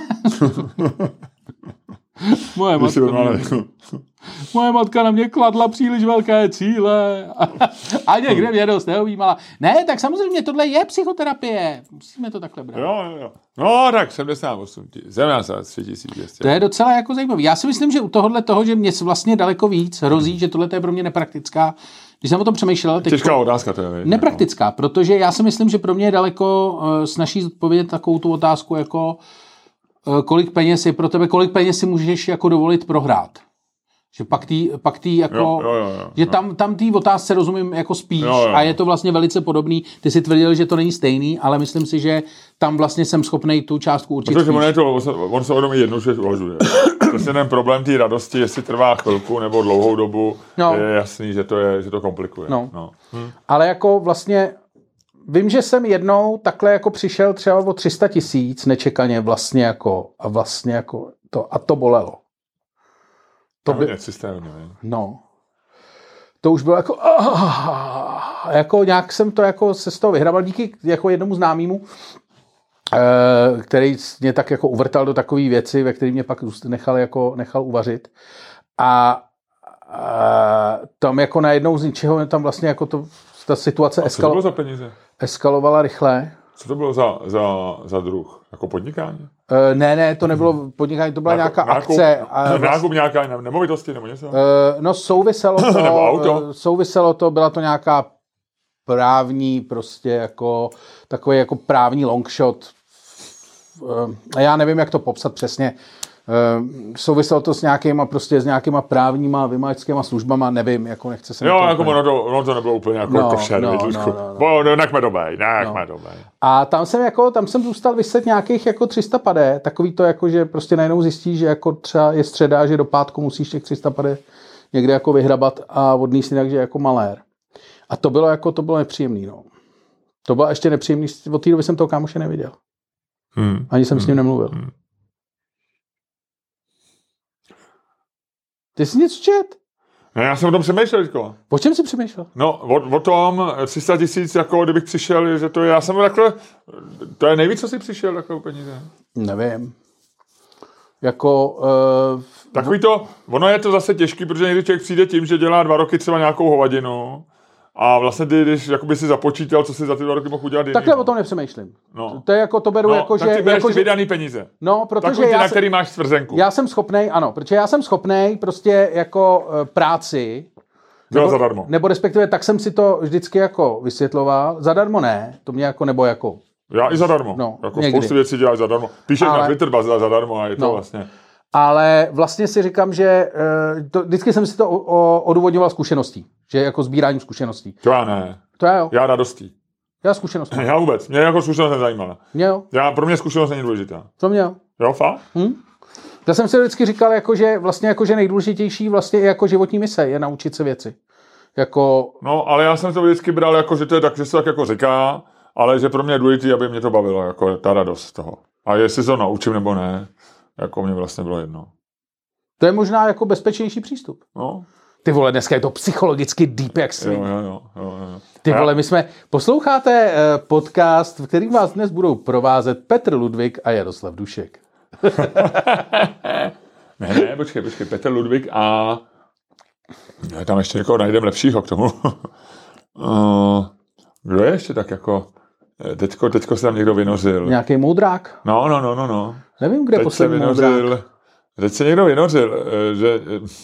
Moje matka, mě, moje matka na mě kladla příliš velké cíle a někde mě dost neujímala. Ne, tak samozřejmě tohle je psychoterapie. Musíme to takhle brát. Jo, jo, jo. No tak sedmdesát osm Země se tři tisíce dvě stě. To je docela jako zajímavé. Já si myslím, že u tohohle toho, že mě vlastně daleko víc hrozí, že tohle je pro mě nepraktická. Když jsem o tom přemýšlel... Teď Těžká otázka to je. Nepraktická, jako. Protože já si myslím, že pro mě je daleko uh, snaží zodpovědět takovou tu otázku jako kolik peněz je pro tebe, kolik peněz si můžeš jako dovolit prohrát. Že pak tý, pak tý jako, jo, jo, jo, jo. že tam, tam tý otázce rozumím jako spíš jo, jo. a je to vlastně velice podobný. Ty si tvrdil, že to není stejný, ale myslím si, že tam vlastně jsem schopnej tu částku určit. Protože on, je to, on se o tom jednou že uvažuje. Prostě ten problém té radosti, jestli trvá chvilku nebo dlouhou dobu, no. je jasný, že to, je, že to komplikuje. No. No. Hm. Ale jako vlastně vím, že jsem jednou takhle jako přišel třeba o tři sta tisíc nečekaně vlastně jako a vlastně jako to a to bolelo. To by... Systémně, no. To už bylo jako ah, jako nějak jsem to jako se z toho vyhrabal díky jako jednomu známému, eh, který mě tak jako uvrtal do takové věci, ve které mě pak nechal jako nechal uvařit. A, a tam jako najednou z ničeho tam vlastně jako to ta situace a co to bylo za peníze? Eskalovala rychle. Co to bylo za, za, za druh? Jako podnikání? Uh, ne, ne, to nebylo podnikání, to byla nějaká nákup, akce. A nákup nějaká nemovitosti nebo něco? Uh, no souviselo to, nebo auto? souviselo to, byla to nějaká právní prostě jako takový jako právní longshot. Uh, já nevím, jak to popsat přesně. Uh, souviselo to s nějakýma prostě s nějakýma právníma vymahačskýma službama, nevím, jako nechce se. Jo, jako ono to, ono to nebylo úplně jako no, košer, no, no, no, no. no, nechme dobej, nechme no. dobej. A tam jsem jako, tam jsem zůstal vyset nějakých jako tři sta padé, takový to jako, že prostě najednou zjistíš, že jako třeba je středa, že do pátku musíš těch tři sta padé někde jako vyhrabat a odníst jinak, že jako malér. A to bylo jako, to bylo nepříjemný, no. To bylo ještě nepříjemný, od té doby jsem toho kámoše neviděl. Hmm. Ani jsem hmm. s ním nemluvil. Hmm. Ty jsi něco čet? Ne, já jsem o tom přemýšlel, Jirko. O čem jsi přemýšlel? No, o, o tom tři sta tisíc, jako kdybych přišel, že to je, já jsem takhle, to je nejvíc, co jsi přišel, takové peníze. Nevím. Jako... Uh, Takový to, ono je to zase těžký, protože někdy člověk přijde tím, že dělá dva roky třeba nějakou hovadinu a vlastně ty, když jakoby si započítal, co si za ty dva roky mohl udělat. Takhle o tom nepřemýšlím. No. To je jako, to beru no, jako, tak že... ty bereš jako, ty vydaný peníze. No, protože takový ty, já na jsem, který máš stvrzenku. Já jsem schopnej, ano, protože já jsem schopnej prostě jako uh, práci... Nebo, zadarmo. Nebo respektive tak jsem si to vždycky jako vysvětloval. Zadarmo ne, to mě jako, nebo jako... Já i zadarmo. No, jako spoustu věcí děláš zadarmo. Píšeš ale... na Twitter zadarmo a je to no. vlastně... Ale vlastně si říkám, že to, vždycky jsem si to o, o, odůvodňoval zkušeností. Že jako sbíráním zkušeností. To já ne. To já jo. Já radostí. Já zkušeností. Já vůbec. Mě jako zkušenost nezajímala. Mě jo. Já, pro mě zkušenost není důležitá. To mě jo. Jo, fakt? Hm? Já jsem si vždycky říkal, jako, že vlastně jako, že nejdůležitější vlastně je jako životní mise, je naučit se věci. Jako... No, ale já jsem to vždycky bral jako, že to je tak, že se tak jako říká, ale že pro mě je důležitý, aby mě to bavilo, jako ta radost z toho. A jestli se to naučím nebo ne, jako mě vlastně bylo jedno. To je možná jako bezpečnější přístup. No. Ty vole, dneska je to psychologicky deep jak svým. Jo, jo, jo, jo, jo. Ty vole, my jsme... Posloucháte uh, podcast, v kterým vás dnes budou provázet Petr Ludvík a Jaroslav Dušek. Ne, ne, počkej, počkej, Petr Ludvík a tam ještě někoho najdeme lepšího k tomu. uh, kdo je ještě tak jako, teďko, teďko se tam někdo vynořil. Nějaký moudrák? No, no, no, no, no. Nevím, kde poslední moudrák. Teď se někdo vynořil, že,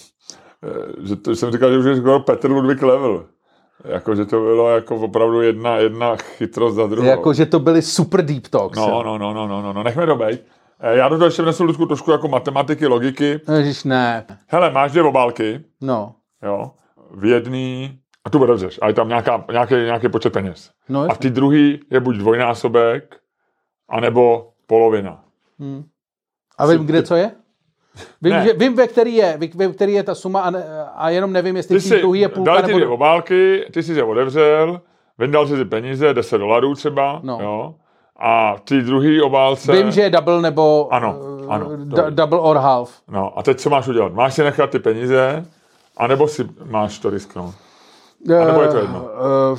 že to jsem říkal, že už je skoro Petr Ludvík level. Jako, že to bylo jako opravdu jedna, jedna chytrost za druhou. Jako, že to byly super deep talks. No, no, no, no, no, no, no, nechme to bejt. Já do toho ještě vnesu Ludku trošku jako matematiky, logiky. Ježiš, ne. Hele, máš dvě obálky. No. Jo. V jedný, a tu budeš, a je tam nějaká, nějaký, nějaký počet peněz. No, a v té druhý je buď dvojnásobek, anebo polovina. Hmm. A vím, kde co je? Vím, že, vím, ve který je, ve který je ta suma a, ne, a jenom nevím, jestli v druhý je půlka dal nebo... Dal ti dvě obálky, ty jsi je odevřel, vyndal si ty peníze, deset dolarů třeba, no. Jo. A ty druhý obálce... Vím, že je double nebo... Ano, ano. D- double or half. No a teď co máš udělat? Máš si nechat ty peníze, anebo si máš to risknout? A nebo je to jedno? Uh, uh,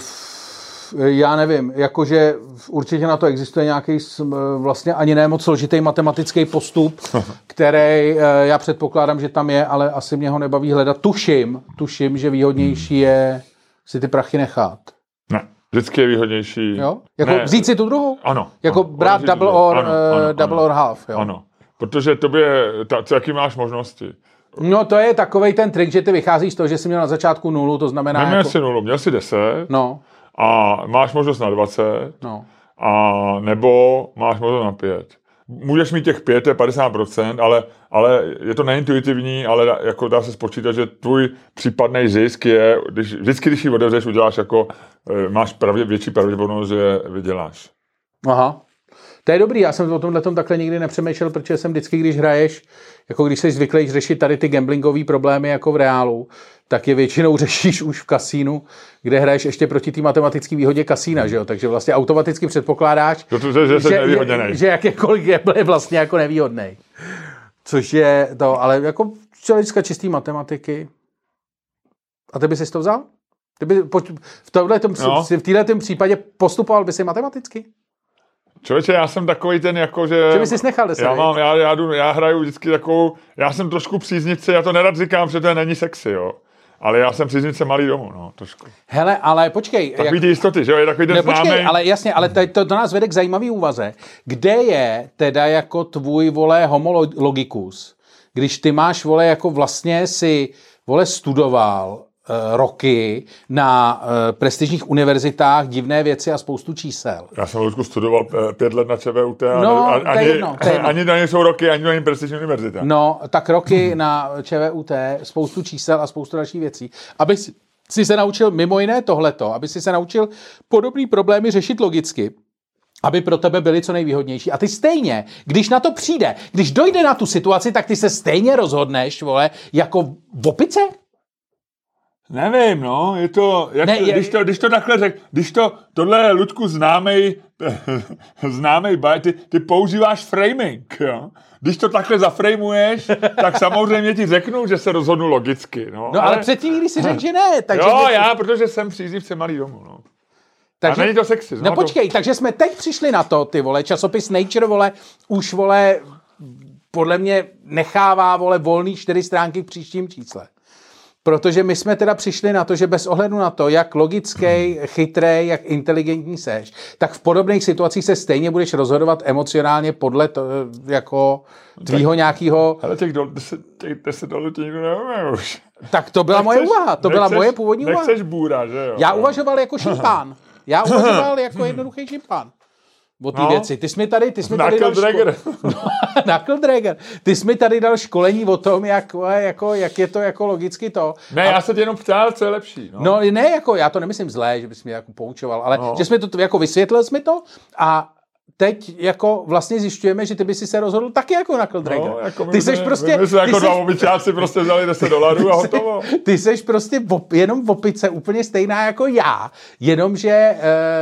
já nevím, jakože určitě na to existuje nějaký vlastně ani ne moc složitý matematický postup, který uh, já předpokládám, že tam je, ale asi mě ho nebaví hledat. Tuším, tuším, že výhodnější je si ty prachy nechat. Ne. Vždycky je výhodnější. Jo? Jako ne. Vzít si tu druhou? Ano. Jako ano, brát double or, ano, ano, uh, double ano, or half, jo? Ano. Protože tobě, ta, jaký máš možnosti? No to je takovej ten trik, že ty vycházíš z toho, že jsi měl na začátku nulu, to znamená Neměl jako... jsi nulu, měl jsi deset. No. A máš možnost na dvacet. No. A nebo máš možnost na pět. Můžeš mít těch pět, to je padesát procent, ale, ale je to neintuitivní, ale jako dá se spočítat, že tvůj případný zisk je, když, vždycky, když ji otevřeš, uděláš jako, máš pravdě, větší pravděpodobnost, že vyděláš. Aha. To je dobrý, já jsem o tomhle tom takhle nikdy nepřemýšlel, protože jsem vždycky, když hraješ, jako když jsi zvyklý řešit tady ty gamblingové problémy jako v reálu, tak je většinou řešíš už v kasínu, kde hraješ ještě proti té matematické výhodě kasína, že jo? Takže vlastně automaticky předpokládáš, to, to, že, že, že, že jakýkoliv gamble je vlastně jako nevýhodnej. Což je to, ale jako člověčka čistý matematiky. A ty by jsi to vzal? Ty by v tomhletom, no. v této případě postupoval by si matematicky? Člověče, já jsem takový ten jako, že... Že bys si nechal deset. Já, mám, já, já, jdu, já hraju vždycky takovou... Já jsem trošku příznivce, já to nerad říkám, že to není sexy, jo. Ale já jsem příznivce malý domů, no, trošku. Hele, ale počkej. Takový jak... ty jistoty, že jo, je takový ten ne, známý... Počkej, ale jasně, ale to, to, to nás vede k zajímavý úvaze. Kde je teda jako tvůj, vole, homologicus, když ty máš, vole, jako vlastně si, vole, studoval roky na uh, prestižních univerzitách divné věci a spoustu čísel. Já jsem Ludku studoval pět let na ČVUT a no, ani, to je jedno, to je jedno. ani to nejsou roky, ani to není prestižní univerzita. No, tak roky na ČVUT, spoustu čísel a spoustu dalších věcí. Aby si, si se naučil mimo jiné tohleto, aby si se naučil podobné problémy řešit logicky, aby pro tebe byly co nejvýhodnější. A ty stejně, když na to přijde, když dojde na tu situaci, tak ty se stejně rozhodneš, vole, jako v opice? Nevím, no, je to, jak, ne, je, když, to když to takhle řek, když to, tohle je, Ludku, známej, známej baj, ty, ty používáš framing, jo. Když to takhle zaframuješ, tak samozřejmě ti řeknu, že se rozhodnu logicky, no. No ale, ale předtím, když si řekl, že ne, takže... Jo, mě... já, protože jsem příznivce malý domů, no. Takže, a není to sexy. No počkej, to... takže jsme teď přišli na to, ty vole, časopis Nature, vole, už, vole, podle mě nechává, vole, volný čtyři stránky v příštím čísle. Protože my jsme teda přišli na to, že bez ohledu na to, jak logický, chytrý, jak inteligentní seš, tak v podobných situacích se stejně budeš rozhodovat emocionálně podle to, jako tvýho nějakýho... Ale těch, do, deset, těch deset dolarů ti nikdo neumí už. Tak to byla nechceš, moje úvaha, to byla nechceš, moje původní úvaha. Nechceš bůra, že jo? Já uvažoval jako šimpán. Já uvažoval jako jednoduchý šimpán. O ty no. věci. Ty jsi mi tady, ty jsi mi tady dal ško... Knuckle Dragger. Ty jsi mi tady dal školení o tom, jak, jako, jak je to jako logicky to. Ne, a... já se tě jenom ptal, co je lepší. No. no ne, jako já to nemyslím zlé, že bys mě jako poučoval, ale no. že jsi mi to jako vysvětlil jsi mi to a teď jako vlastně zjišťujeme, že ty by si se rozhodl taky jako Knuckle Dragger. No, jako ty seš prostě... My jsme jako ty dva obyčáci prostě vzali deset dolarů a hotovo. Ty seš prostě v, jenom v opice úplně stejná jako já, jenomže...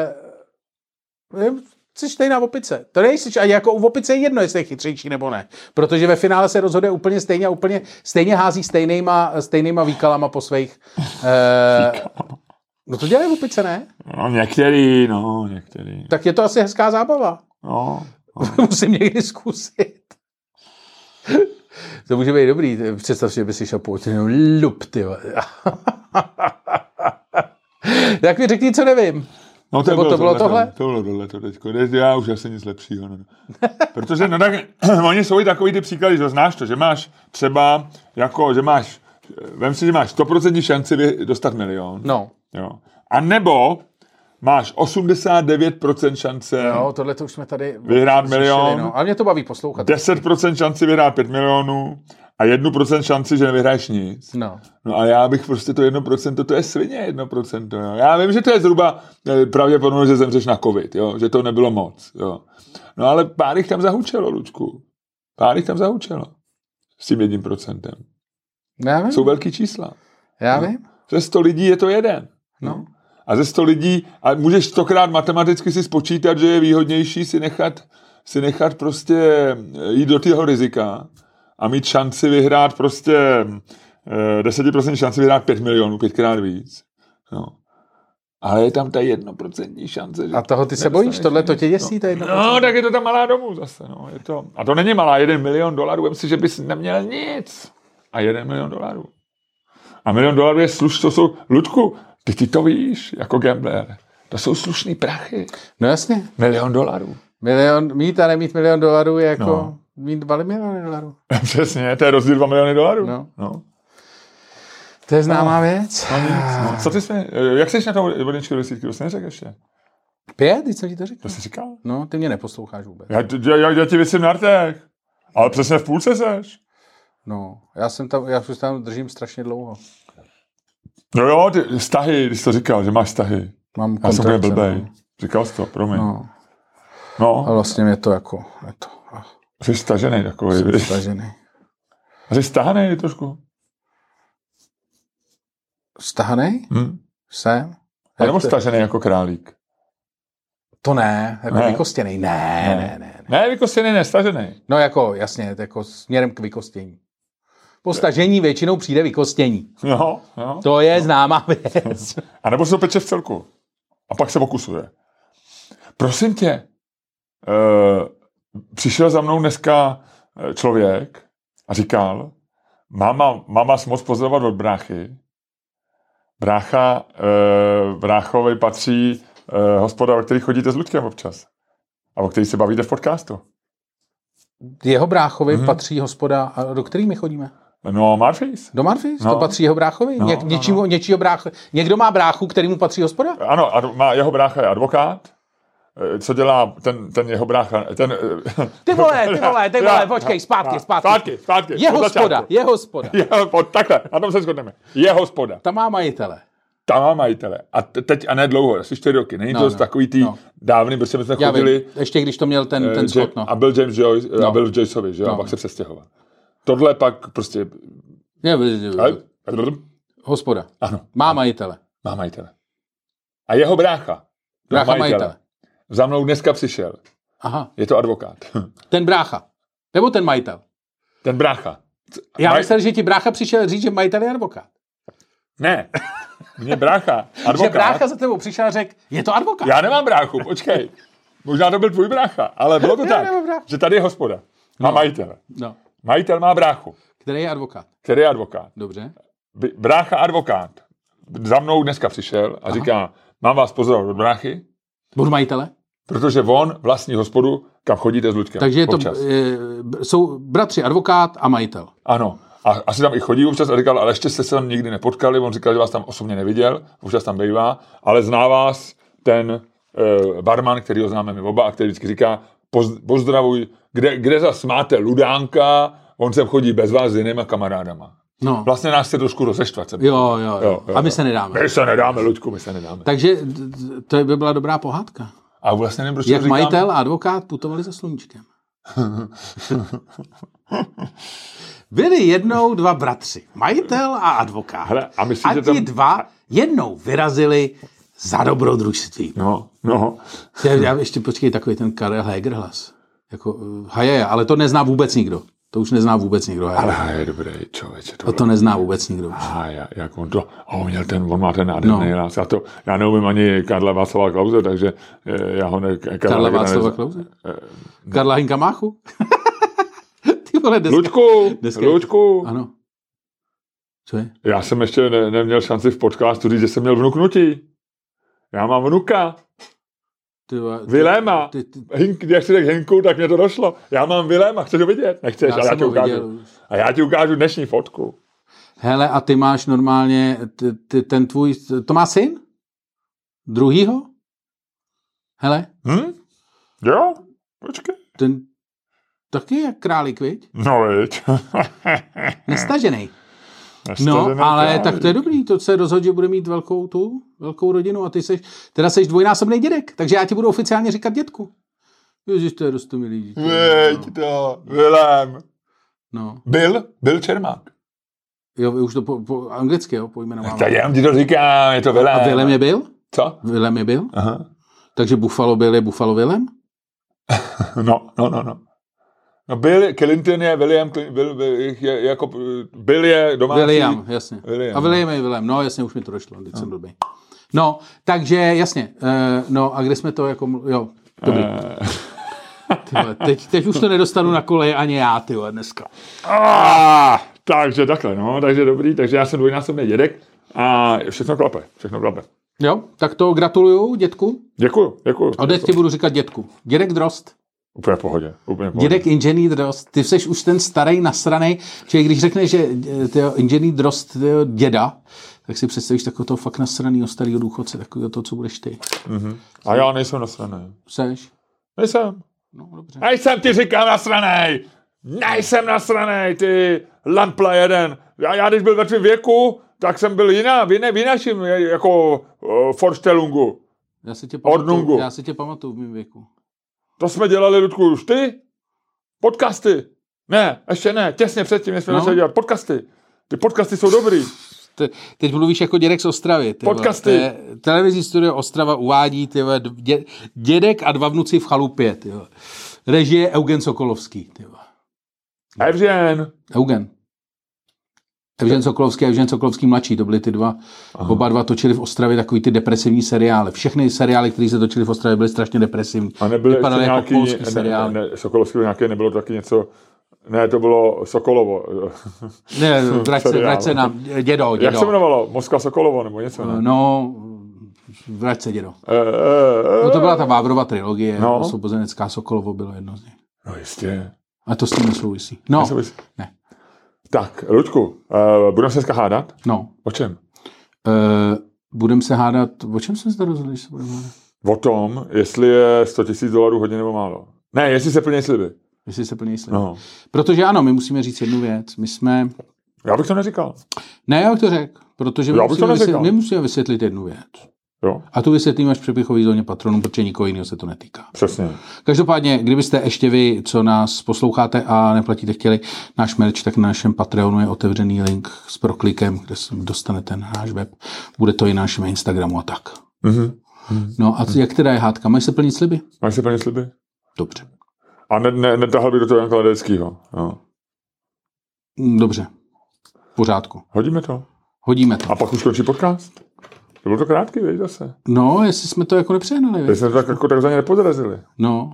Uh, jsi stejná v opice. To nejsi, a jako u opice je jedno, jestli je chytřejší nebo ne. Protože ve finále se rozhoduje úplně stejně a úplně stejně hází stejnýma, stejnýma výkalama po svých... Eh, no to dělají v opice, ne? No některý, no některý. Tak je to asi hezká zábava. No. no. Musím někdy zkusit. To může být dobrý. Představ si, že by si šel po lup, ty vole. Tak mi řekni, co nevím. No to Nebo bylo to bylo tohle? To bylo tohle, to teďko. Já už asi nic lepšího. No. Protože no tak, oni jsou i takový ty příklady, že znáš to, že máš třeba, jako, že máš, vem si, že máš sto procent šanci dostat milion. No. Jo. A nebo máš osmdesát devět procent šance no, tohle to už jsme tady vyhrát milion, no. Ale mě to baví poslouchat. deset procent šanci vyhrát pět milionů a jedna procenta šanci, že nevyhraješ nic. No. No a já bych prostě to jedno procento, to je svině jedno procento. Jo. Já vím, že to je zhruba pravděpodobně, že zemřeš na covid, jo, že to nebylo moc. Jo. No ale pár jich tam zahučelo, Lučku. Pár jich tam zahučelo. S tím jedním procentem. Já vím. Jsou velký čísla. Já no. vím. Ze sto lidí je to jeden. No. A ze sto lidí, a můžeš stokrát matematicky si spočítat, že je výhodnější si nechat, si nechat prostě jít do toho rizika a mít šanci vyhrát prostě deset procent šanci vyhrát pět milionů, pětkrát víc. No. Ale je tam ta jednoprocentní šance. Že a toho ty se bojíš? Tohle to tě děsí? No, no, tak je to ta malá domů zase. No. Je to, a to není malá, jeden milion dolarů. Vem si, že bys neměl nic. A jeden milion dolarů. A milion dolarů je sluš, to jsou, Ludku, ty, ty to víš, jako gambler. To jsou slušný prachy. No jasně. Milion dolarů. Milion, mít a nemít milion dolarů je jako no. mít dva miliony dolarů. Přesně, to je rozdíl dva miliony dolarů. No. no. To je známá no. věc. No, no. Co ty jsi, jak jsi na to vodničku do desítky? To jsi neřekl ještě? Pět? Ty co ti to říkal? To jsi říkal? No, ty mě neposloucháš vůbec. Já, já, já, já ti vysím na rtech. Ale přesně v půlce seš. No, já jsem tam, já už tam držím strašně dlouho. No jo, ty vztahy, když jsi to říkal, že máš vztahy. Mám já jsem úplně blbej. No. Říkal jsi to, promiň. No. no. A vlastně mě to jako, je to... Jsi stažený takový, Jsem stažený. A jsi stahanej trošku? Stahanej? Hm. Jsem. A nebo stažený jako králík? To ne, jako ne. vykostěnej. Ne, ne, ne. Ne, ne vykostěnej, ne, stažený. No jako, jasně, jako směrem k vykostění. Po stažení většinou přijde vykostění. Jo, jo. To je známá věc. A nebo se to peče v celku. A pak se pokusuje. Prosím tě, uh, přišel za mnou dneska člověk a říkal, máma, máma moc pozorovat od bráchy. Brácha, uh, bráchovi patří uh, hospoda, o který chodíte s Luďkem občas. A o který se bavíte v podcastu. Jeho bráchovi mm-hmm. patří hospoda, a do který my chodíme? No, Murphys. Do Murphys? No. To patří jeho bráchovi? No, Ně, no, něčího, no. něčího brácho, někdo má bráchu, kterýmu patří hospoda? Ano, ad, má, jeho brácha je advokát. Co dělá ten, ten jeho brácha? Ten, ty vole, ty vole, ty vole, počkej, zpátky, zpátky. Zpátky, zpátky. Je hospoda, je hospoda. Je, takhle, na tom se shodneme. Je hospoda. Ta má majitele. Ta má majitele. A teď, a ne dlouho, asi čtyři roky. Není no, to no, takový tý no. dávný, protože my jsme Já chodili. Vím, ještě když to měl ten, ten schod, no. A byl James Joyce, no. a byl v Joyceovi, že jo, no. A pak se přestěhoval. Tohle pak prostě... Je, hospoda. Ano. Má majitele. Má majitele. A jeho brácha. Brácha majitele. majitele. Za mnou dneska přišel. Aha. Je to advokát. Ten brácha. Nebo ten majitel. Ten brácha. Já Maj... myslel, že ti brácha přišel říct, že majitel je advokát. Ne. Mně brácha. Advokát. Že brácha za tebou přišel a řekl, je to advokát. Já nemám bráchu, počkej. Možná to byl tvůj brácha, ale bylo to tak, že tady je hospoda. Má no. majitele. No. Majitel má bráchu. Který je advokát. Který je advokát. Dobře. Brácha advokát. Za mnou dneska přišel a Aha. říká, mám vás pozorovat od bráchy. Od majitele? Protože on vlastní hospodu, kam chodíte s Luďkem. Takže je to, e, jsou bratři advokát a majitel. Ano. A asi tam i chodí občas a říkal, ale ještě jste se tam nikdy nepotkali. On říkal, že vás tam osobně neviděl, občas tam bývá, ale zná vás ten e, barman, který ho známe my oba a který vždycky říká, pozdravuj, kde, kde zas máte Ludánka, on sem chodí bez vás s jinýma kamarádama. No. Vlastně nás chce trošku rozeštvat. Jo, jo, jo, jo. A my se nedáme. My se nedáme, Luďku, my se nedáme. Takže to by byla dobrá pohádka. A vlastně nevím, proč jak říkám... majitel a advokát putovali za sluníčkem. Byli jednou dva bratři, majitel a advokát. Hele, a myslí, a že ti tam... dva jednou vyrazili za dobrodružství. No, no. Já ještě počkej, takový ten Karel Heger hlas. Jako uh, haje, ale to nezná vůbec nikdo. To už nezná vůbec nikdo. Haje. Ale je dobrý člověče. To, to nezná vůbec nikdo. A jak on to, a on měl ten, on má ten nádherný hlas. Já, to, já neumím ani Karla Václava Klause, takže já ho ne... Karla, Karla Václava Klause? Karla Hinka Máchu? Ty vole, dneska, Luďku, dneska, Luďku. Ano. Co je? Já jsem ještě ne, neměl šanci v podcastu říct, že jsem měl vnuknutí. Já mám vnuka. Viléma. Ty, ty... Hink, jak si řekl Hinku, tak mě to došlo. Já mám Viléma, chceš ho vidět? Nechceš, já ale já ti ukážu. A já ti ukážu dnešní fotku. Hele, a ty máš normálně, ty, ty, ten tvůj, to má syn? Druhýho? Hele? Hm? Jo, počkej. Ten taky jak králík, viď? No, viď. Nestažený. No, ale králík. Tak to je dobrý, to se rozhodl, že bude mít velkou tu, velkou rodinu a ty seš, teda seš dvojnásobný dědek, takže já ti budu oficiálně říkat dědku. Ježiš, to je roztomilý dítě. Veď to, Vilém. No. Byl, byl Čermák. Jo, už to po, po anglicky, jo, pojmenováme. Tak já ti to říkám, je to Vilém. A Vilém je byl? Co? Vilém je byl? Aha. Takže Buffalo Bill je Buffalo Vilém? no, no, no, no. No Bill Clinton je William, Bill, Bill, je, jako, Bill je domácí. William, jasně. William, a William je William, no jasně, už mi to došlo, teď no. jsem blbý. No, takže jasně, uh, no a kde jsme to jako, jo, dobrý. Uh. Tyhle, teď, teď už to nedostanu na koleje ani já, tyhle, dneska. Ah, takže takhle, no, takže dobrý, takže já jsem dvojnásobný dědek a všechno klape, všechno klape. Jo, tak to gratuluju, dědku. Děkuju, děkuju. Odteď ti budu říkat dědku. Dědek Drost. Úplně v pohodě, úplně v pohodě. Dědek inženýr Drost. Ty jsi už ten starý nasranej, že když řekneš, že tyjo, inženýr Drost tyjo, děda, tak si představíš takového toho fakt nasranýho starého důchodce, takového toho, co budeš ty. Mm-hmm. A já nejsem nasranej. Seš? Nejsem. No, dobře. Nejsem, ti říkám nasranej. Nejsem nasranej, ty lampla jeden. Já, já když byl ve tvým věku, tak jsem byl jiná, v, jiné, v jináším jako uh, Forstelungu. Já si tě pamatuju, já si tě pamatuju v mém věku. To jsme dělali, Ludku, už ty? Podcasty. Ne, ještě ne, těsně předtím, než jsme no. začali dělat podcasty. Ty podcasty jsou dobrý. Te, teď mluvíš jako dědek z Ostravy. Tyhle. Podcasty. Te, televizní studio Ostrava uvádí tyhle, dě, dědek a dva vnuci v chalupě. Tyhle. Režie Eugen Sokolovský. Tyhle. Evžen. Eugen. Evžen Sokolovský a Evžen Sokolovský mladší, to byly ty dva. Aha. Oba dva točili v Ostravě takový ty depresivní seriály. Všechny seriály, které se točily v Ostravě, byly strašně depresivní. A nebyly ještě nějaký, ne, ne, Sokolovský nějaké, nebylo taky něco, ne, to bylo Sokolovo. Ne, vrať se, vrať se nám, dědo, dědo. Jak se jmenovalo? Moskva Sokolovo, nebo něco, ne? No, vrať se, dědo. E, e, e, no to byla ta Vávrova trilogie, no. Osvobozenecká Sokolovo bylo jedno z nich. No jistě. A to s tím nesouvisí. No, nesouvisí. Ne. Tak, Luďku, uh, budeme se dneska hádat? No. O čem? Uh, budeme se hádat, o čem jsme se rozhodli, že se budeme hádat? O tom, jestli je sto tisíc dolarů hodně nebo málo. Ne, jestli se plní sliby. Jestli se plní sliby. No. Protože ano, my musíme říct jednu věc. My jsme... Já bych to neříkal. Ne, já bych to řekl. Protože my musíme, vysvětlit, my musíme vysvětlit jednu věc. Jo. A tu vysvětlíme až v přepichové zóně patronů, protože nikoho jiného se to netýká. Přesně. Každopádně, kdybyste ještě vy, co nás posloucháte a neplatíte, chtěli náš merch, tak na našem Patreonu je otevřený link s proklikem, kde dostanete náš web. Bude to i na našem Instagramu a tak. Mm-hmm. No a jak teda je hádka? Máš se plnit sliby? Máš se plnit sliby? Dobře. A ne, ne, netahal by do toho Janka Ledeckýho. Jo. Dobře. V pořádku. Hodíme to. Hodíme to. A pak už končí podcast. To bylo to krátký, víš, zase. No, jestli jsme to jako nepřehnali, víš. Jestli jsme to tak, jako takzvaně nepodrazili. No.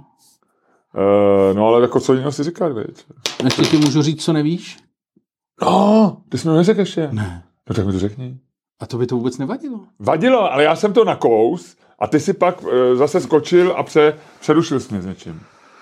Uh, no, ale jako co jiného si říkat, víš. Ještě ti můžu říct, co nevíš? No, ty jsi mi neřekl ještě. Ne. No tak mi to řekni. A to by to vůbec nevadilo. Vadilo, ale já jsem to nakous a ty si pak uh, zase skočil a pře, přerušil jsi mě s něčím.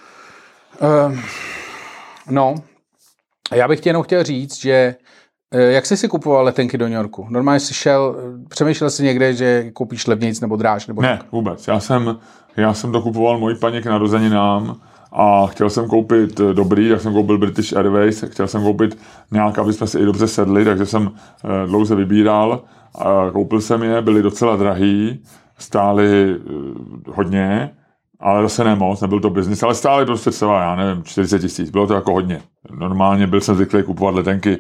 Uh, no, já bych ti jenom chtěl říct, že jak jsi si kupoval letenky do New Yorku? Normálně jsi šel, přemýšlel jsi někde, že koupíš levnějc nebo dráž? Nebo ne, jak? vůbec. Já jsem, já jsem to kupoval mojí paní k narozeninám a chtěl jsem koupit dobrý, tak jsem koupil British Airways, chtěl jsem koupit nějak, aby jsme si i dobře sedli, takže jsem uh, dlouze vybíral. A koupil jsem je, byly docela drahý, stály uh, hodně, ale zase ne moc, nebyl to biznis, ale stály prostě třeba, já nevím, čtyřicet tisíc, bylo to jako hodně. Normálně byl jsem zvyklý kupovat letenky,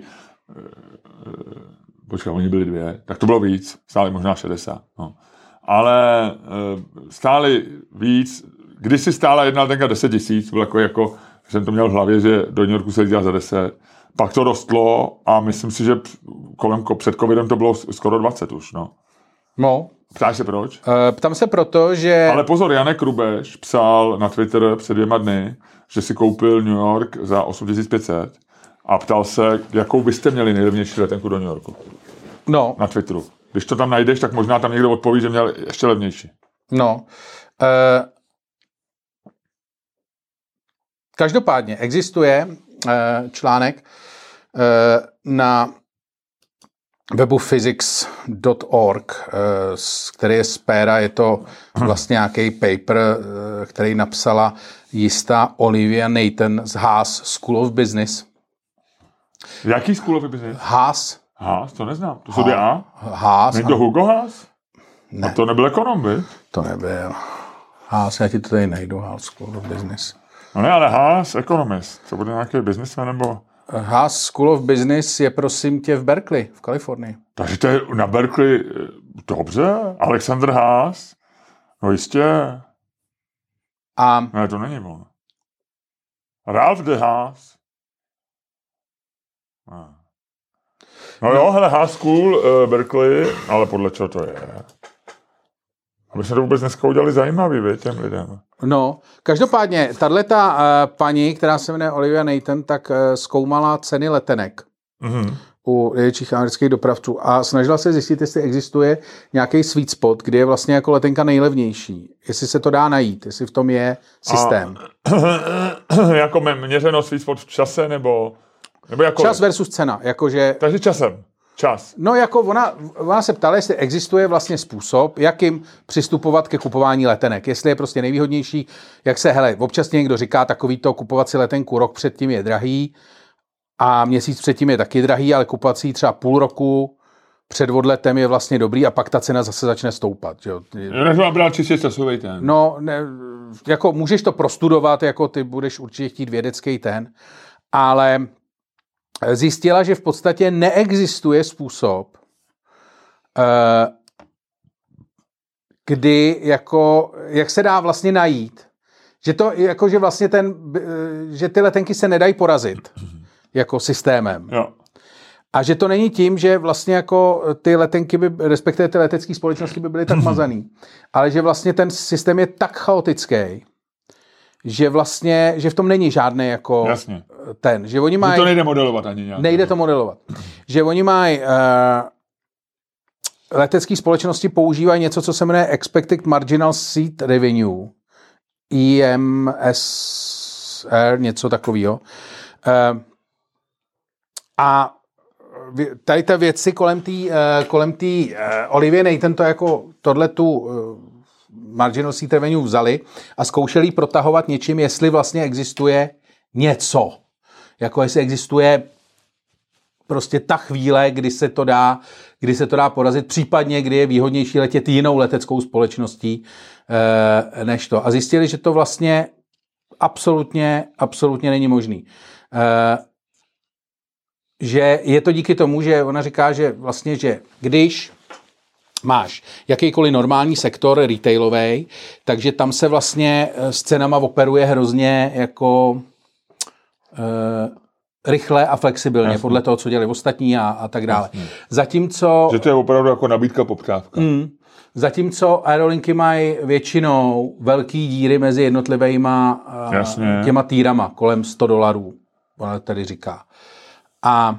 počkej, oni byli dvě, tak to bylo víc, stáli možná šedesát. No. Ale e, stáli víc, když si stála jedna letenka deset tisíc, bylo jako, jako, jsem to měl v hlavě, že do New Yorku se dělá za deset, pak to rostlo a myslím si, že kolem, před covidem to bylo skoro dvacet už, no. No, Ptáš se proč? Uh, ptám se proto, že... Ale pozor, Janek Rubeš psal na Twitter před dvěma dny, že si koupil New York za osm tisíc pět set a ptal se, jakou byste měli nejlevnější letenku do New Yorku. No. Na Twitteru. Když to tam najdeš, tak možná tam někdo odpoví, že měl ještě levnější. No. Uh, každopádně existuje uh, článek uh, na webu physics tečka org, který je z péra, je to vlastně nějaký paper, který napsala jistá Olivia Nathan z Haas School of Business. Jaký School of Business? Haas. Haas, to neznám. To jsou A? Haas. Není to Hugo Haas? Ne. A to nebyl ekonom, by? To nebyl. Haas, já ti to tady najdu, Haas School of Business. No ne, ale Haas, ekonomist. To bude nějaký businessman nebo... Haas School of Business je prosím tě v Berkeley, v Kalifornii. Takže to je na Berkeley dobře. Alexander Haas. No jistě. A... Ne, to není on. Ralph de Haas. Ne. No jo, hele, Haas School, uh, Berkeley, ale podle čeho to je? Aby se to vůbec dneska udělali zajímavý, vy, těm lidem. No, každopádně, tato uh, paní, která se jmenuje Olivia Nathan, tak uh, zkoumala ceny letenek mm-hmm. u největších amerických dopravců a snažila se zjistit, jestli existuje nějaký sweet spot, kde je vlastně jako letenka nejlevnější. Jestli se to dá najít, jestli v tom je systém. A, jako měřeno sweet spot v čase, nebo... nebo jako... Čas versus cena, jakože... Takže časem. Čas. No jako ona, ona se ptala, jestli existuje vlastně způsob, jakým přistupovat ke kupování letenek. Jestli je prostě nejvýhodnější, jak se, hele, občas někdo říká, takový to kupovat si letenku rok předtím je drahý a měsíc předtím je taky drahý, ale kupovat si třeba půl roku před odletem je vlastně dobrý a pak ta cena zase začne stoupat. Že jo? Než mám brát čistě časový ten. No, ne, jako můžeš to prostudovat, jako ty budeš určitě chtít vědecký ten, ale zjistila, že v podstatě neexistuje způsob, kdy jako, jak se dá vlastně najít, že to, jako, že vlastně ten, že ty letenky se nedají porazit jako systémem. Jo. A že to není tím, že vlastně jako ty letenky by, respektive ty letecké společnosti by byly tak mazaný, ale že vlastně ten systém je tak chaotický, že vlastně, že v tom není žádný jako Jasně. ten, že oni mají... To nejde modelovat ani nějak. Nejde to modelovat. Že oni mají uh, letecké společnosti používají něco, co se jmenuje Expected Marginal Seat Revenue. E M S R, něco takového. Uh, a tady ty věci kolem té uh, kolem té uh, Olivie Nathan to jako tohletu uh, Marginal Seat Revenue vzali a zkoušeli protahovat něčím, jestli vlastně existuje něco. Jako jestli existuje prostě ta chvíle, kdy se to dá, kdy se to dá porazit, případně kdy je výhodnější letět jinou leteckou společností eh, než to. A zjistili, že to vlastně absolutně, absolutně není možný. Eh, že je to díky tomu, že ona říká, že vlastně, že když máš jakýkoliv normální sektor retailový, takže tam se vlastně s cenama operuje hrozně jako e, rychle a flexibilně, jasně, podle toho, co dělají ostatní a, a tak dále. Jasně. Zatímco... Že to je opravdu jako nabídka, poptávka. Mm, zatímco aerolinky mají většinou velký díry mezi jednotlivýma jasně, těma týrama, kolem sto dolarů, ona tady říká. A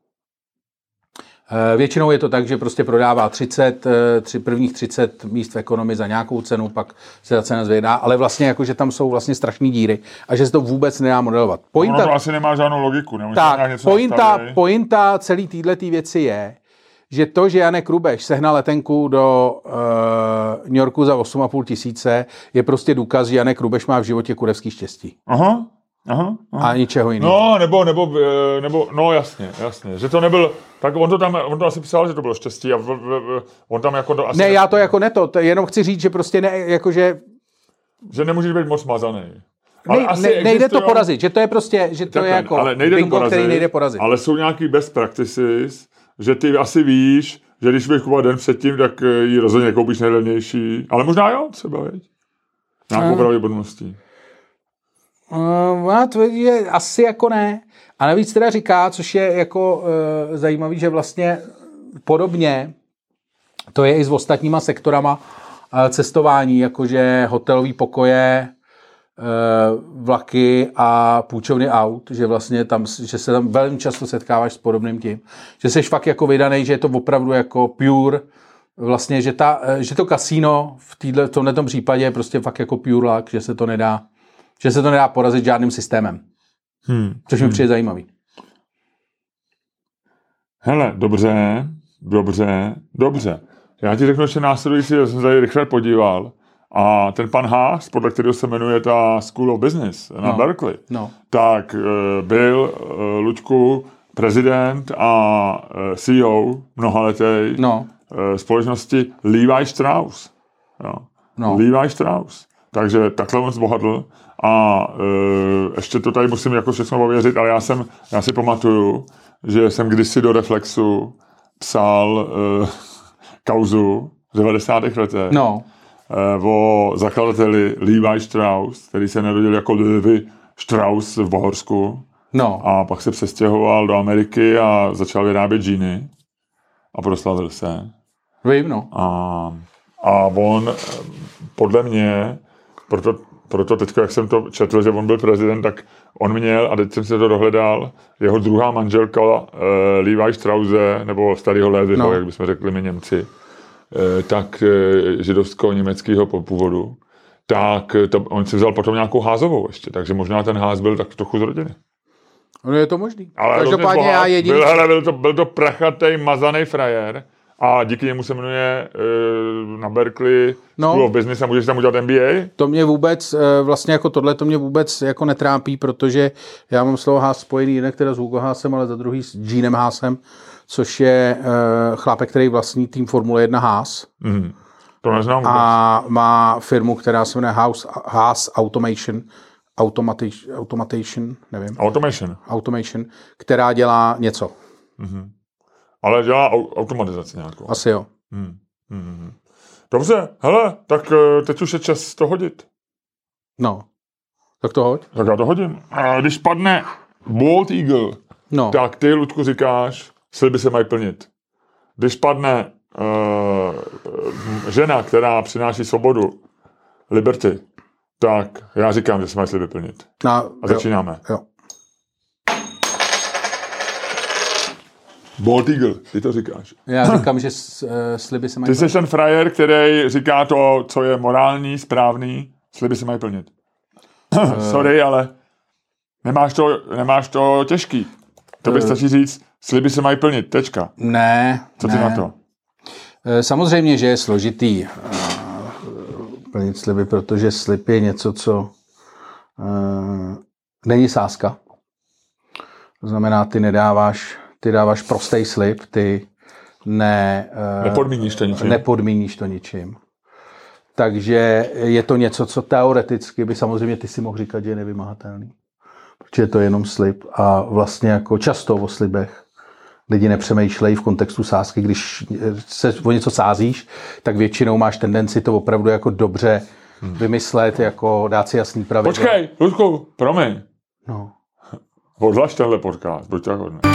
většinou je to tak, že prostě prodává třicet, tři, prvních třicet míst v ekonomii za nějakou cenu, pak se ta cena zvedá, ale vlastně jako, že tam jsou vlastně strašný díry a že se to vůbec nedá modelovat. Pointa, ono to asi nemá žádnou logiku. Tak, pointa, pointa celý této věci je, že to, že Janek Rubeš sehnal letenku do uh, New Yorku za osm a půl tisíce, je prostě důkaz, že Janek Rubeš má v životě kurevský štěstí. Aha. Aha, aha. A ničeho jiného. No, nebo, nebo, nebo, no jasně, jasně, že to nebyl, tak on to tam, on to asi psal, že to bylo štěstí a v, v, v, on tam jako to asi... Ne, já to jako ne to, to jenom chci říct, že prostě ne, jakože... Že nemůžeš být moc mazaný. Ne, ne, nejde existují... to porazit, že to je prostě, že to tak, je jako ale nejde bingo, to porazit, který nejde porazit. Ale jsou nějaký best practices, že ty asi víš, že když budeš kupovat den předtím, tak ji rozhodně koupíš nejlevnější, ale možná jo, třeba, veď. Nějakou hmm. pravděpodobností. Uh, to je asi jako ne. A navíc teda říká, což je jako uh, zajímavý, že vlastně podobně to je i s ostatníma sektorama cestování, jakože hotelový pokoje, vlaky a půjčovny aut, že vlastně tam, že se tam velmi často setkáváš s podobným tím, že jsi fakt jako vydanej, že je to opravdu jako pure, vlastně, že, ta, že to kasíno v, týhle, v tomhletom případě je prostě fakt jako pure luck, že se to nedá, že se to nedá porazit žádným systémem. Hmm. Což mi hmm. přijde zajímavý. Hele, dobře, dobře, dobře. Já ti řeknu ještě následující, já jsem tady rychle podíval. A ten pan Haas, podle kterého se jmenuje ta School of Business na no, Berkeley, no. tak e, byl, e, Luďku, prezident a e, C E O mnohaletej no. e, společnosti Levi Strauss. Jo. No. Levi Strauss. Takže takhle on zbohatl. A e, ještě to tady musím jako všechno ověřit, ale já, jsem, já si pamatuju, že jsem kdysi do Reflexu psal e, kauzu v devadesátých letech. No. O zakladateli Levi Strauss, který se narodil jako Levi Strauss v Bohorsku. No. A pak se přestěhoval do Ameriky a začal vyrábět džíny. A proslavil se. Vím, no. A, a on, podle mě, proto, proto teď, jak jsem to četl, že on byl prezident, tak on měl, a teď jsem se to dohledal, jeho druhá manželka uh, Levi Strausse, nebo starého Leviho, no. jak bychom řekli my Němci, tak židovsko-německého původu, tak to, on si vzal potom nějakou házovou ještě, takže možná ten ház byl tak trochu z rodiny. No je to možný. Ale každopádně já jediný... Byl, hele, byl, to, byl to prachatej, mazaný frajer a díky němu se jmenuje uh, na Berkeley no, School of Business a můžeš tam udělat M B A? To mě vůbec, vlastně jako tohle, to mě vůbec jako netrápí, protože já mám slovo Haas spojený jinak teda s Hugo Haasem, ale za druhý s Jeanem Haasem, což je uh, chlápek, který vlastní tým Formule jedna Haas. Mm, to neznám vůbec. A má firmu, která se jmenuje Haas, Haas Automation, Automation, Automation, nevím. Automation. Automation, která dělá něco. Mm-hmm. Ale dělá automatizaci nějakou. Asi jo. Mm, mm, Dobře, hele, tak teď už je čas to hodit. No, tak to hoď. Tak já to hodím. A když padne Bald Eagle, no. tak ty, Ludku, říkáš, sliby se mají plnit. Když padne uh, žena, která přináší svobodu, liberty, tak já říkám, že se mají sliby plnit. No, a začínáme. Jo. Bald Eagle, ty to říkáš. Já říkám, že sliby se mají plnit. Ty jsi ten frajer, který říká to, co je morální, správný, sliby se mají plnit. Sorry, ale nemáš to, nemáš to těžký. To by stačí říct, sliby se mají plnit, tečka. Ne. Co ty ne. na to? Samozřejmě, že je složitý plnit sliby, protože slib je něco, co uh, není sázka. To znamená, ty nedáváš, ty dáváš prostý slib, ty ne, uh, nepodmíníš to ničím. Nepodmíníš to ničím. Takže je to něco, co teoreticky by samozřejmě ty si mohl říkat, že je nevymahatelný. Protože je to jenom slib a vlastně jako často o slibech lidi nepřemýšlejí v kontextu sázky. Když se o něco sázíš, tak většinou máš tendenci to opravdu jako dobře hmm. vymyslet, jako dát si jasný pravidla. Počkej, Ludku, promiň. No. Odhlaš tenhle podcast, buď tak hodný.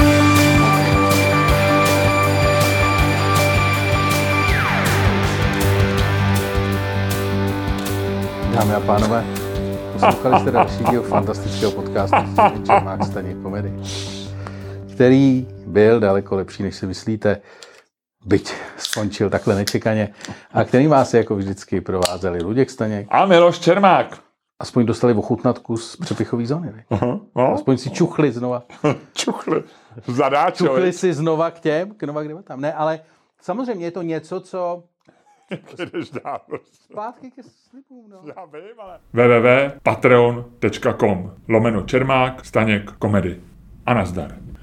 Dámy a pánové, poslouchali jste další díl fantastického podcastu Čermák Staněk Komedy, který byl daleko lepší, než si myslíte, byť skončil takhle nečekaně, a který vás jako vždycky provázeli Luděk Staněk a Miloš Čermák. Aspoň dostali ochutnatku z přepichové zóny. Uh-huh. No. Aspoň si čuchli znova. čuchli. Zadáčili. Čuchli si znova k těm, k Nova Debatám. Ne, ale samozřejmě je to něco, co... Zpátky ke slibům, no. Já vím, ale... w w w tečka patreon tečka com lomeno Čermák Staněk Komedy. A nazdar.